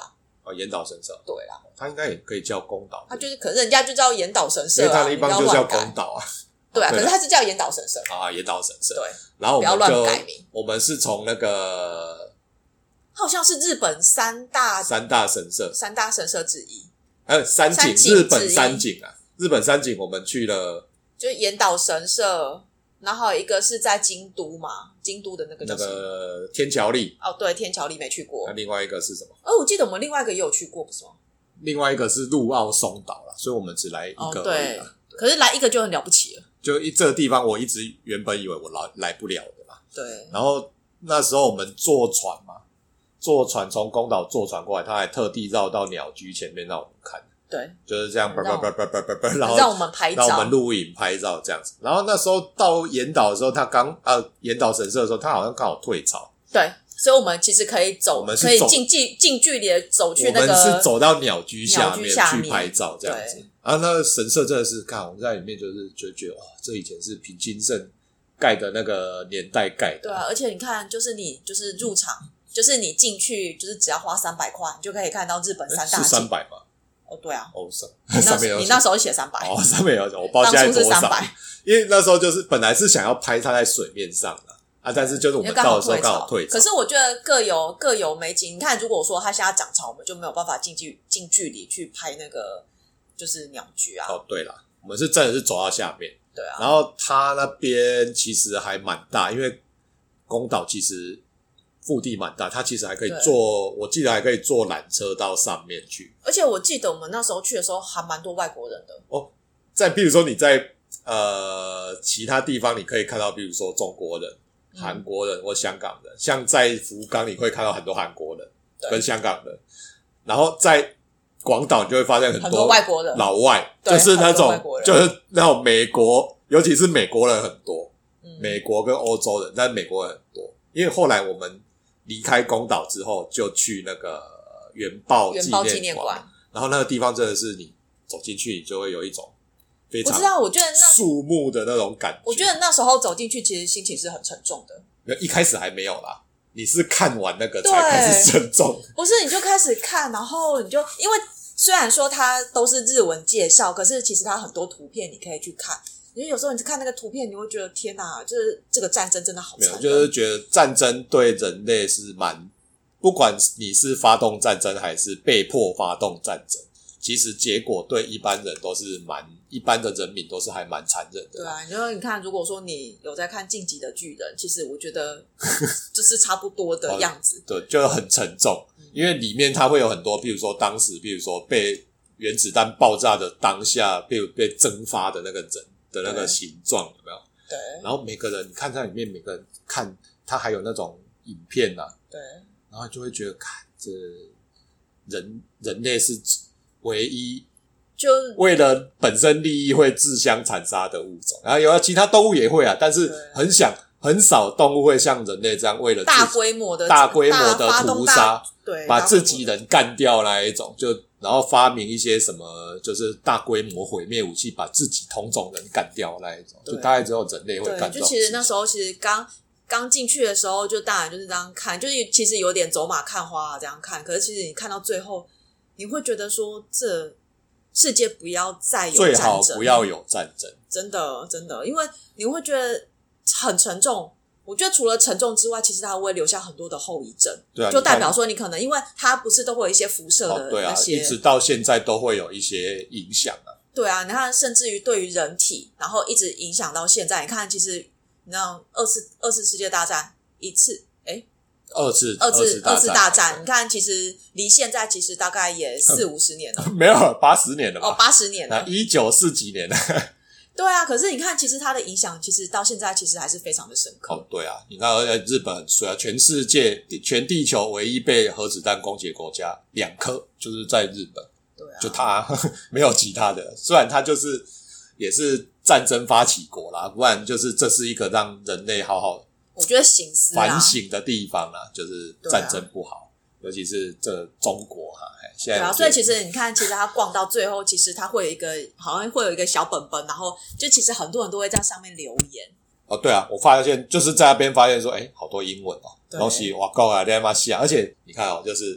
哦，岩岛神社。 对啦， 它应该也可以叫宫岛。 它就是，可是人家就叫岩岛神社啊， 因为它的一般就叫宫岛啊。 对啊，可是它是叫岩岛神社啊，岩岛神社。 对， 然后我们就不要乱改名。 我们是从那个， 好像是日本三大三大神社， 三大神社之一。 呃，三景， 三景日本三景啊，日本三景我们去了， 就是岩岛神社，然后一个是在京都嘛，京都的那个那叫什么？ 个天桥立。 哦，对，天桥立没去过。 那另外一个是什么？ 哦，我记得我们另外一个也有去过，不是吗？ 另外一个是陆奥松岛啦，所以我们只来一个而已啦。 哦，对，可是来一个就很了不起了。 就一这个地方，我一直原本以为我来来不了的啦。 对。 然后那时候我们坐船嘛，坐船从宫岛坐船过来，他还特地绕到鸟居前面让我们看。 对， 就是这样，叭叭叭叭叭叭叭，然后让我们拍照， 让我们录影拍照这样子。然后那时候到岩岛的时候，他刚呃岩岛神社的时候，他好像刚好退潮。 对。所以我们其实可以走， 我们是可以近近近距离的走去那个， 我们是走到鸟居下面下面去拍照这样子。啊，那个神社真的是看我们在里面就是就觉得哇，这以前是平清盛盖的那个年代盖的。 对啊，而且你看，就是你就是入场，就是你进去就是只要花三百块，你就可以看到日本三大景。 是三百吗？ 哦，对啊。 哦，上面有你那时候写三百。 哦，上面有写，我不知道现在多少。 当初是三百， 因为那时候就是本来是想要拍它在水面上的。啊！但是就是我们到的时候刚好退潮， 可是我觉得各有各有美景。你看，如果说它现在涨潮，我们就没有办法近距近距离去拍那个就是鸟居啊。 哦，对啦，我们是真的是走到下面， 对啊。 然后它那边其实还蛮大，因为宫岛其实腹地蛮大，它其实还可以坐，我记得还可以坐缆车到上面去。 而且我记得我们那时候去的时候还蛮多外国人的哦。在比如说你在呃其他地方，你可以看到，比如说中国人。韩国人或香港人，像在福冈你会看到很多韩国人跟香港人，然后在广岛你就会发现很多, 很多外国人， 老外就是那种就是那种美国，尤其是美国人很多，嗯、美国跟欧洲人，但美国人很多，因为后来我们离开宫岛之后，就去那个原爆纪念馆，然后那个地方真的是你走进去，你就会有一种。 我知道，我觉得那肃穆的那种感觉。 我觉得那时候走进去，其实心情是很沉重的。 一开始还没有啦，你是看完那个才开始沉重。 不是，你就开始看，然后你就因为虽然说它都是日文介绍，可是其实它很多图片你可以去看。因为有时候你看那个图片，你会觉得天哪，就是这个战争真的好残忍。 没有，就是觉得战争对人类是蛮，不管你是发动战争还是被迫发动战争。其实结果对一般人都是蛮，一般的人民都是还蛮残忍的。 对啊，因为你看，如果说你有在看《晋级的巨人》，其实我觉得就是差不多的样子。 哦、对，就很沉重，因为里面它会有很多，比如说当时，比如说被原子弹爆炸的当下被被蒸发的那个人的那个形状，有没有？ 对。 然后每个人，你看在里面，每个人看他还有那种影片啊， 对。 然后就会觉得，看这人人类是。唯一就为了本身利益会自相残杀的物种，然后有其他动物也会啊，但是很想很少动物会像人类这样为了大规模的大规模的屠杀， 对， 把自己人干掉那一种，就然后发明一些什么就是大规模毁灭武器，把自己同种人干掉那一种，就大概只有人类会干掉。 就其实那时候其实刚刚进去的时候，就当然就是这样看，就是其实有点走马看花这样看，可是其实你看到最后。你会觉得说，这世界不要再有战争， 最好不要有战争， 真的真的，因为你会觉得很沉重。我觉得除了沉重之外，其实它会留下很多的后遗症， 对啊， 就代表说你可能因为它不是都会有一些辐射的那些， 哦对啊，一直到现在都会有一些影响啊。 对啊，你看，甚至于对于人体，然后一直影响到现在。你看，其实你知道二次二次世界大战一次，哎。 二次二次二次大战，你看，其实离现在其实大概也四五十年了， 没有八十年了吧？ 哦，八十年了， 一九四几年了。 对啊，可是你看，其实它的影响，其实到现在其实还是非常的深刻。 哦，对啊，你看，而且日本很衰啊，全世界全地球唯一被核子弹攻击的国家两颗，就是在日本。 对啊， 就它没有其他的，虽然它就是也是战争发起国啦，不然就是这是一个让人类好好。 我觉得省思反省的地方啦，就是战争不好，啊、尤其是这中国哈，现在对啊，所以其实你看，其实他逛到最后，其实他会有一个，好像会有一个小本本，然后就其实很多人都会在上面留言。 哦，对啊，我发现就是在那边发现说，哎，好多英文哦，东西哇够啊，你妈西啊，而且你看哦，就是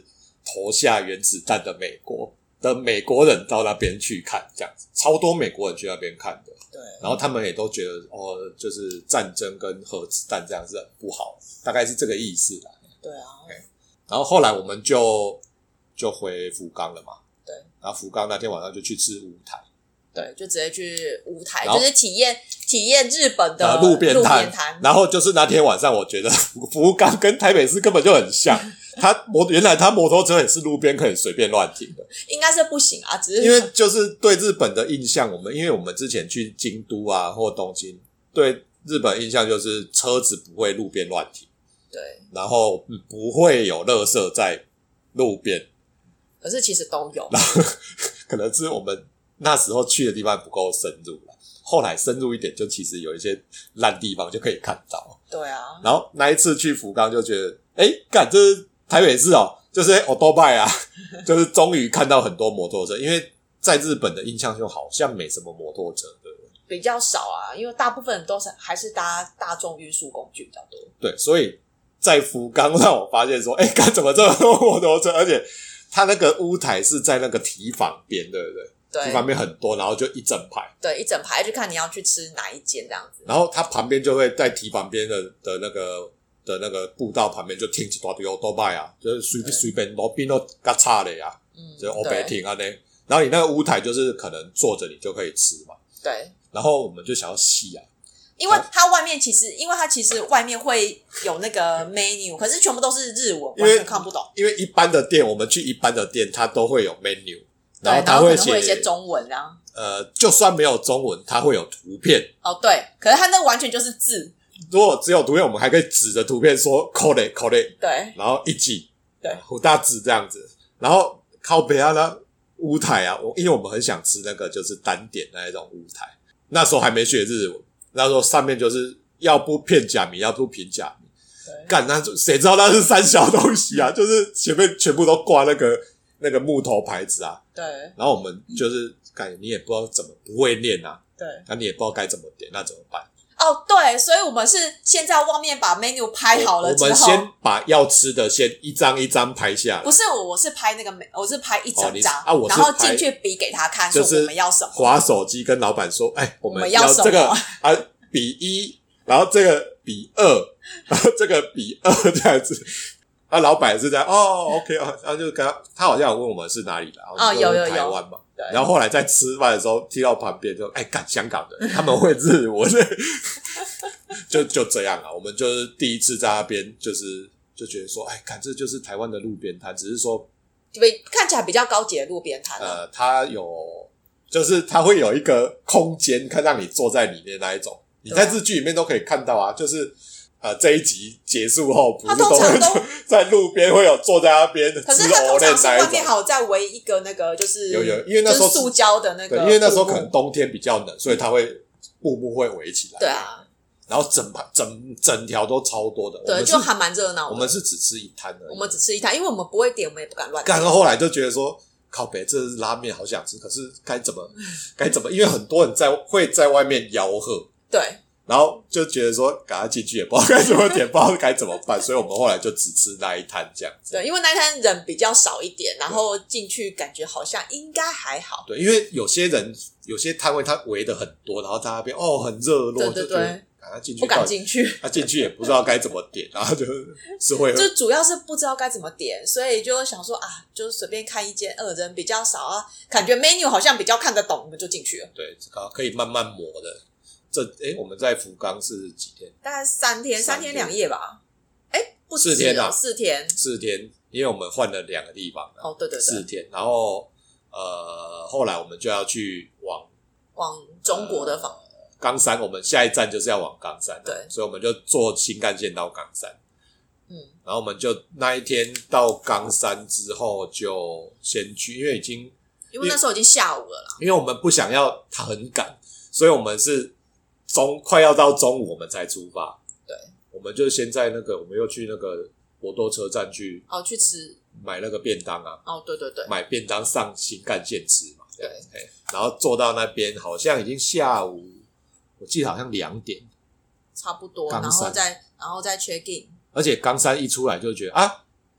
投下原子弹的美国的美国人到那边去看，这样子超多美国人去那边看的。 对， 然后他们也都觉得哦，就是战争跟核子弹这样是很不好，大概是这个意思啦。 对啊。 然后后来我们就就回福冈了嘛。 对。 然后福冈那天晚上就去吃屋台。 对，就直接去屋台，就是体验体验日本的、呃、 路边摊。 摊。 然后就是那天晚上，我觉得福冈跟台北市根本就很像。他摩原来他摩托车也是路边可以随便乱停的， 应该是不行啊，只是因为就是对日本的印象，我们因为我们之前去京都啊或东京，对日本印象就是车子不会路边乱停， 对， 然后不会有垃圾在路边， 可是其实都有， 然后可能是我们那时候去的地方不够深入了，后来深入一点，就其实有一些烂地方就可以看到。 对啊， 然后那一次去福冈就觉得，诶干，这是台北市哦，就是欧多拜啊，就是终于看到很多摩托车，因为在日本的印象就好像没什么摩托车的， 比较少啊，因为大部分人都是还是搭大众运输工具比较多。 对，所以在福冈让我发现说，诶干，怎么这么多摩托车，而且它那个屋台是在那个提防边，对不对？ 对， 提防边很多，然后就一整排， 对，一整排就看你要去吃哪一间这样子。 然后它旁边就会在提防边的的那个的那个步道旁边就停一大堆欧多拜啊，就是随便随便路边都较差的啊，嗯，就是欧北停啊呢。然后你那个屋台就是可能坐着你就可以吃嘛， 对。 然后我们就想要细啊， 因为它外面其实，因为它其实外面会有那个 menu， 可是全部都是日文，完全看不懂。 因为一般的店，我们去一般的店，它都会有 menu， 然后它会写会一些中文啊。 呃，就算没有中文，它会有图片。 哦，对，可是它那完全就是字。 如果只有图片，我们还可以指着图片说 “kore kore”， 对， 然后一记， 对， 好大字这样子。然后靠北啊，那屋台啊，我因为我们很想吃那个就是单点那一种屋台，那时候还没学日文，那时候上面就是要不片假名，要不平假名。干，那谁知道那是三小东西啊？就是前面全部都挂那个那个木头牌子啊。 对。 然后我们就是干，你也不知道怎么不会念啊。 对。 那你也不知道该怎么点，那怎么办？ 哦，对，所以我们是现在外面把 menu 拍好了之后， 我们先把要吃的先一张一张拍下来。 不是我，我是拍那个，我是拍一整张、 哦、啊，我是然后进去比给他看，说我们要什么， 滑手机跟老板说，哎，我们要这个啊，比一，然后这个比二，然后这个比二这样子。啊，老板是这样哦 ，OK 啊，然后就跟他，他好像有问我们是哪里来， 哦，有有有， 台湾嘛。然后后来在吃饭的时候，踢到旁边就，哎，干香港的，他们会日文，就就这样啊。我们就是第一次在那边，就是就觉得说，哎，看这就是台湾的路边摊，只是说， 看起来比较高级的路边摊、啊。 呃，它有，就是它会有一个空间，看让你坐在里面那一种，你在日剧里面都可以看到啊，就是。呃，这一集结束后，不是都会在路边会有坐在那边的， 可是它通常是外面还有再围一个那个，就是有有，因为那时候、 就是、塑胶的那个， 对，因为那时候可能冬天比较冷，所以它会布幕会围起来。 对啊， 然后整排整整条都超多的， 对，就还蛮热闹的。 我们是只吃一摊而已， 我们只吃一摊，因为我们不会点，我们也不敢乱点。 干到后来就觉得说，靠北，这是拉面，好想吃，可是该怎么该怎么？因为很多人在会在外面吆喝， 对。 然后就觉得说赶快进去也不知道该怎么点，不知道该怎么办，所以我们后来就只吃那一摊这样子。 对，因为那一摊人比较少一点，然后进去感觉好像应该还好。 对，因为有些人有些摊位他围的很多，然后在那边哦很热络， 对对对， 赶快进去， 不敢进去， 他进去也不知道该怎么点，然后就是会就主要是不知道该怎么点，所以就想说啊，就随便看一间，呃，人比较少啊，感觉 menu 好像比较看得懂，我们就进去了。 对，可以慢慢磨的。这诶，我们在福冈是几天？ 大概三天，三天两夜吧。诶，不止四天啊， 四天， 四天，因为我们换了两个地方。 哦，对对对， 四天。然后呃，后来我们就要去往往中国的方、 呃、冈山，我们下一站就是要往冈山， 对， 所以我们就坐新干线到冈山。 嗯， 然后我们就那一天到冈山之后，就先去，因为已经因为那时候已经下午了啦， 因为我们不想要他很赶，所以我们是。中快要到中午我们才出发， 对， 我们就先在那个，我们又去那个博多车站去哦，去吃买那个便当啊， 哦，对对对， 买便当上新干线吃嘛， 对， 然后坐到那边好像已经下午，我记得好像两点， 差不多，然后再然后再 check in， 而且冈山一出来就觉得啊，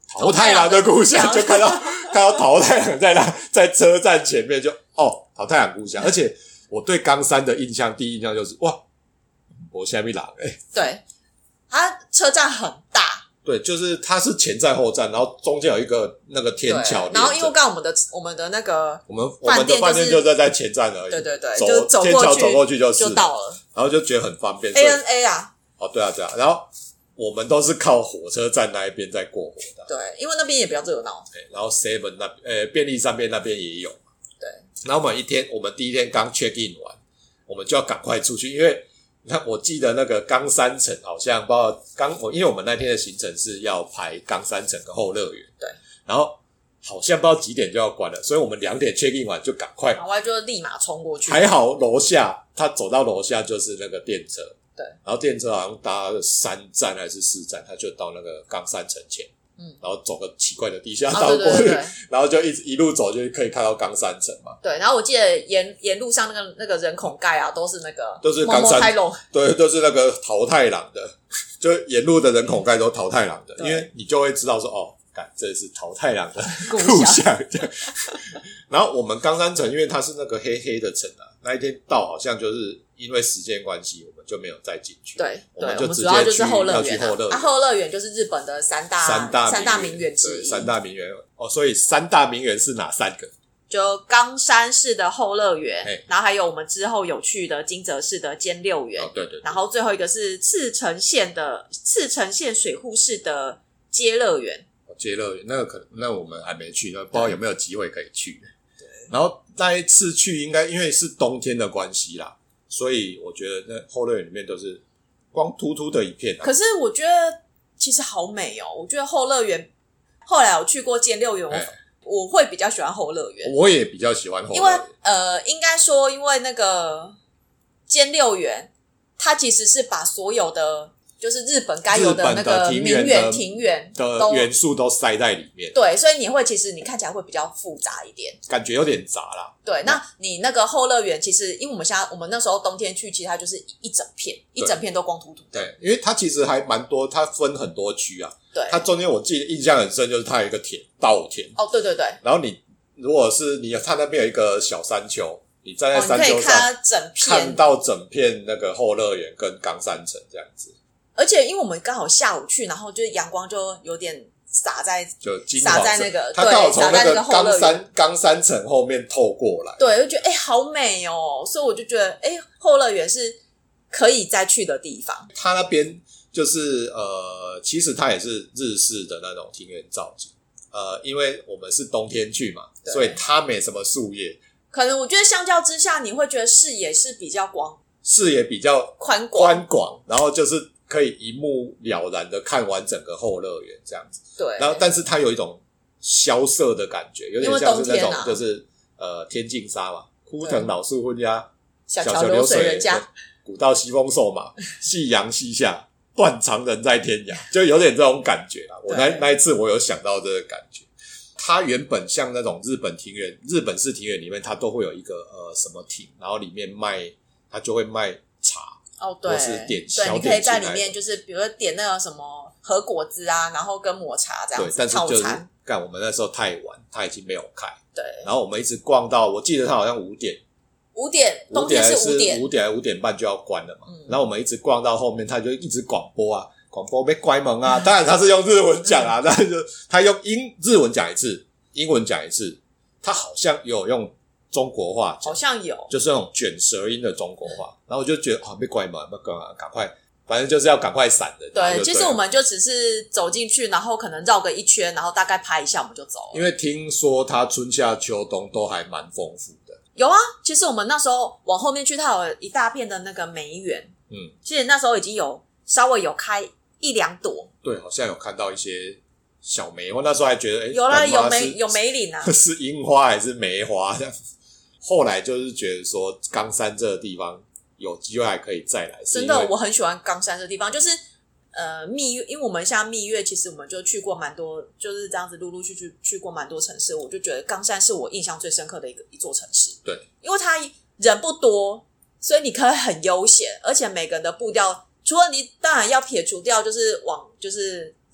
桃太郎的故乡，就看到看到桃太郎在那在车站前面就哦桃太郎故乡，而且我对冈山的印象第一印象就是哇，我下面狼哎， 对，它车站很大。 对，就是它是前站后站，然后中间有一个那个天桥， 然后因为刚刚我们的我们的那个我们我们的饭店就在在前站而已， 对对对， 走就走天桥走过去就是就到了， 然后就觉得很方便。 A N A 啊， 哦对啊对啊，然后我们都是靠火车站那一边在过火的， 对，因为那边也比较热闹， 然后 Seven 那呃便利商店那边也有， 对， 然后我们一天我们第一天刚 check in 完，我们就要赶快出去，因为你看，我记得那个冈山城好像不知道冈，我因为我们那天的行程是要排冈山城跟后乐园， 对， 然后好像不知道几点就要关了，所以我们两点 check in 完就赶快， 然后就立马冲过去。 还好楼下他走到楼下就是那个电车， 对， 然后电车好像搭了三站还是四站，他就到那个冈山城前。嗯，然后走个奇怪的地下道过去，哦、对对对，然后就一直一路走，就可以看到冈山城嘛。 对，然后我记得沿沿路上那个那个人孔盖啊，都是那个都是冈山，对，都是那个桃太郎的，就沿路的人孔盖都桃太郎的，因为你就会知道说，哦，干，这是桃太郎的故乡。然后我们冈山城，因为它是那个黑黑的城啊，那一天到好像就是因为时间关系，我们就没有再进去。 对， 我们就直接主要就是后乐园、啊， 后乐园、啊、后乐园就是日本的三大三大三大名园之一。 三大名园哦，所以三大名园是哪三个？ 就冈山市的后乐园，然后还有我们之后有去的金泽市的兼六园、 哦，对 对, 对。 然后最后一个是赤城县的赤城县水户市的街乐园。 哦，街乐园那个可能那我们还没去，不知道有没有机会可以去。然后那一次去应该因为是冬天的关系啦，所以我觉得那后乐园里面都是光秃秃的一片、啊、 可是我觉得其实好美哦，我觉得后乐园后来我去过兼六园、欸、我, 我会比较喜欢后乐园， 我也比较喜欢后乐园， 因为呃，应该说因为那个兼六园它其实是把所有的就是日本该有的那个名园庭园的元素都塞在里面， 对，所以你会其实你看起来会比较复杂一点， 感觉有点杂啦。 对，那你那个后乐园其实因为我们现在我们那时候冬天去，其实它就是一整片一整片都光秃秃的， 对，因为它其实还蛮多，它分很多区啊。 对， 它中间我记得印象很深，就是它有一个田稻田。 哦，对对对。 然后你如果是你它那边有一个小山丘，你站在山丘上、哦、 你可以看整片看到整片那个后乐园跟冈山城这样子。 而且因为我们刚好下午去，然后就是阳光就有点洒在就金洒在那个， 它刚好从那个冈山冈山城后面透过来， 对，就觉得哎、欸、好美哦，所以我就觉得哎、欸、后乐园是可以再去的地方。 它那边就是呃，其实它也是日式的那种庭园造景，呃，因为我们是冬天去嘛，所以它没什么树叶， 可能我觉得相较之下，你会觉得视野是比较广， 视野比较宽广，宽广，然后就是。可以一目了然的看完整个后乐园这样子， 对。 然后，但是它有一种萧瑟的感觉，有点像是那种就是、啊、呃天净沙嘛，枯藤老树昏鸦， 小桥流水人家， 古道西风瘦马，夕阳西下，断肠人在天涯，就有点这种感觉啦。我那那一次我有想到这个感觉。它原本像那种日本庭园，日本式庭园里面，它都会有一个呃什么亭，然后里面卖，它就会卖茶。 哦，对， 或是点小对，你可以在里面就是比如说点那个什么和果子啊，然后跟抹茶这样子， 对，但是就是干我们那时候太晚，它已经没有开， 对， 然后我们一直逛到我记得它好像五点， 五点，冬天是五点， 五点还五点半就要关了嘛、嗯，然后我们一直逛到后面，它就一直广播啊，广播被关门啊，当然它是用日文讲啊，但是就它用英日文讲一次，英文讲一次，它好像有用。中国话好像有， 就是那种卷舌音的中国话，然后我就觉得啊，被关门，要赶快，反正就是要赶快闪的。 对，对，其实我们就只是走进去，然后可能绕个一圈，然后大概拍一下，我们就走了。 因为听说它春夏秋冬都还蛮丰富的。 有啊，其实我们那时候往后面去，它有一大片的那个梅园，嗯，其实那时候已经有稍微有开一两朵。 对，好像有看到一些。小梅，我那时候还觉得，哎， 有啦，有梅有梅岭啊， 是樱花还是梅花这样？后来就是觉得说，冈山这个地方有机会还可以再来。 真的，我很喜欢冈山这个地方，就是呃蜜月，因为我们像蜜月，其实我们就去过蛮多，就是这样子陆陆续续去过蛮多城市，我就觉得冈山是我印象最深刻的一个一座城市。 对， 因为它人不多，所以你可以很悠闲，而且每个人的步调，除了你当然要撇除掉，就是往就是。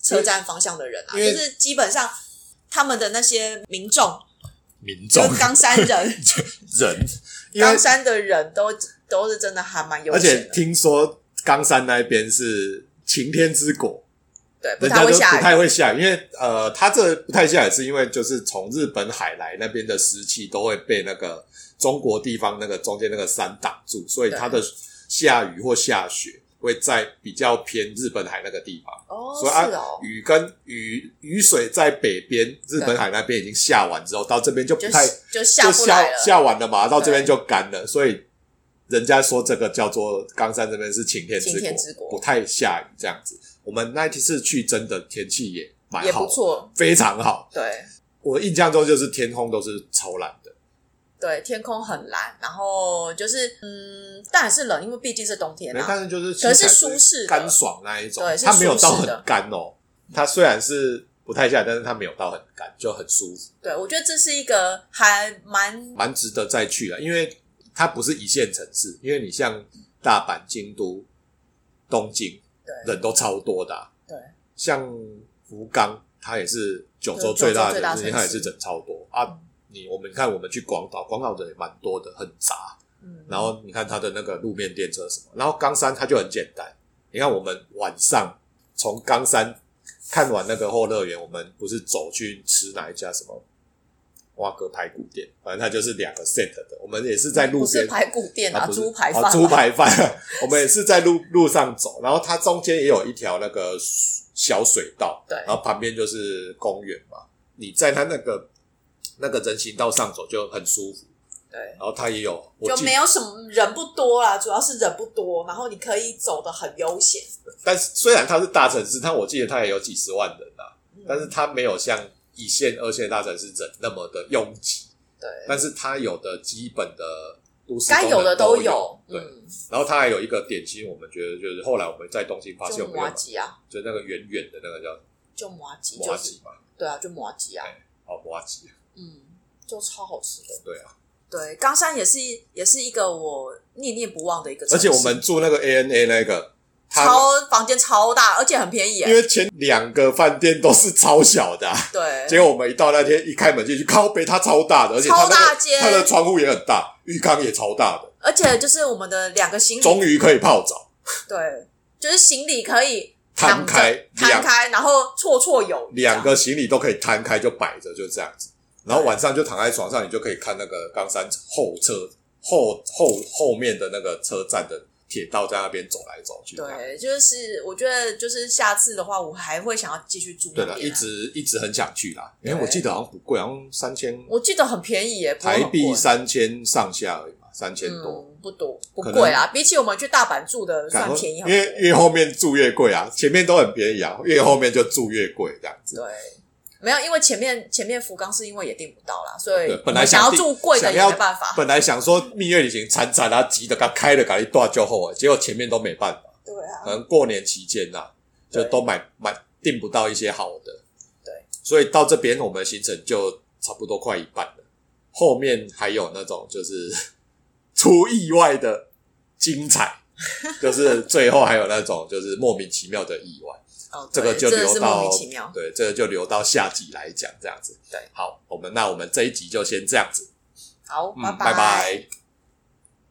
车站方向的人啊，就是基本上他们的那些民众， 民众就是冈山人人， 冈山的人都都是真的还蛮悠闲的， 而且听说冈山那边是晴天之国。 对，不太会下雨， 不太会下雨，因为呃，它这不太下雨是因为就是从日本海来那边的湿气都会被那个中国地方那个中间那个山挡住，所以它的下雨或下雪会在比较偏日本海那个地方。 哦， 所以啊， 是哦， 雨跟雨雨水在北边日本海那边已经下完之后，到这边就不太就, 就下不来了， 就下下完了嘛，到这边就干了，所以人家说这个叫做冈山这边是晴天之国， 晴天之国不太下雨这样子。我们那一次去真的天气也蛮好， 也不错， 非常好。 对， 我印象中就是天空都是超蓝的， 对，天空很蓝，然后就是嗯，当然是冷，因为毕竟是冬天啊。 但是就是可是舒适的干爽那一种， 对，是它没有到很干哦。它虽然是不太下，但是它没有到很干，就很舒服。 对，我觉得这是一个还蛮蛮值得再去的，因为它不是一线城市，因为你像大阪、京都、东京。人都超多的、啊， 对， 像福冈，它也是九州最大的城市，它也是人超多啊。嗯、你我们看，我们去广岛，广岛人也蛮多的，很杂。嗯，然后你看它的那个路面电车什么，然后冈山它就很简单。你看我们晚上从冈山看完那个后乐园，我们不是走去吃哪一家什么蛙哥排骨店，反正它就是两个 set 的。我们也是在路边，不是排骨店啊，猪排饭、 啊，猪排饭。我们也是在路路上走，然后它中间也有一条那个小水道， 对， 然后旁边就是公园嘛。你在它那个那个人行道上走就很舒服， 对。 然后它也有， 就没有什么人不多啦，主要是人不多，然后你可以走得很悠闲。 但是虽然它是大城市，它我记得它也有几十万人啦、嗯，但是它没有像一线、二线大城市人那么的拥挤， 对。 但是它有的基本的都市该有的都有，对。 嗯、 然后它还有一个点心，我们觉得就是后来我们在东京发现有没有， 就麻糬啊， 就那个圆圆的那个叫就麻糬， 麻糬嘛， 对啊，就麻糬啊， 哦，麻糬， 嗯，就超好吃的， 对啊。 对，冈山也是也是一个我念念不忘的一个城市， 而且我们住那个 A N A 那个。 超房间超大，而且很便宜耶， 因为前两个饭店都是超小的、啊， 对。 结果我们一到那天一开门进去，靠北它超大的，而且它、那個、 超大间， 它的窗户也很大，浴缸也超大的， 而且就是我们的两个行李， 终于可以泡澡， 对，就是行李可以摊开， 摊开，然后绰绰有余， 两个行李都可以摊开就摆着，就这样子。然后晚上就躺在床上，你就可以看那个冈山后车后后后面的那个车站的。铁道在那边走来走去， 对，就是我觉得，就是下次的话，我还会想要继续住那边、啊。 对了，一直一直很想去啦，因为我记得好像不贵，好像三千， 我记得很便宜耶， 台币三千上下而已嘛，三千多、 嗯，不多，不贵啊。比起我们去大阪住的，算便宜很多。 因为越后面住越贵啊，前面都很便宜啊，越后面就住越贵这样子。 对。没有，因为前面前面福冈是因为也订不到啦，所以本来想要住贵的也没办法。 本来想说蜜月旅行惨惨啊，急的给开了，给一大就后，结果前面都没办法。 对啊， 可能过年期间呐、啊，就都买买订不到一些好的。 对， 所以到这边我们的行程就差不多快一半了。后面还有那种就是出意外的精彩，就是最后还有那种就是莫名其妙的意外。 哦、 这个就留到对， 这个就留到下集来讲，这样子。 对， 好，我们那我们这一集就先这样子。 好， 嗯、 拜拜。 拜拜。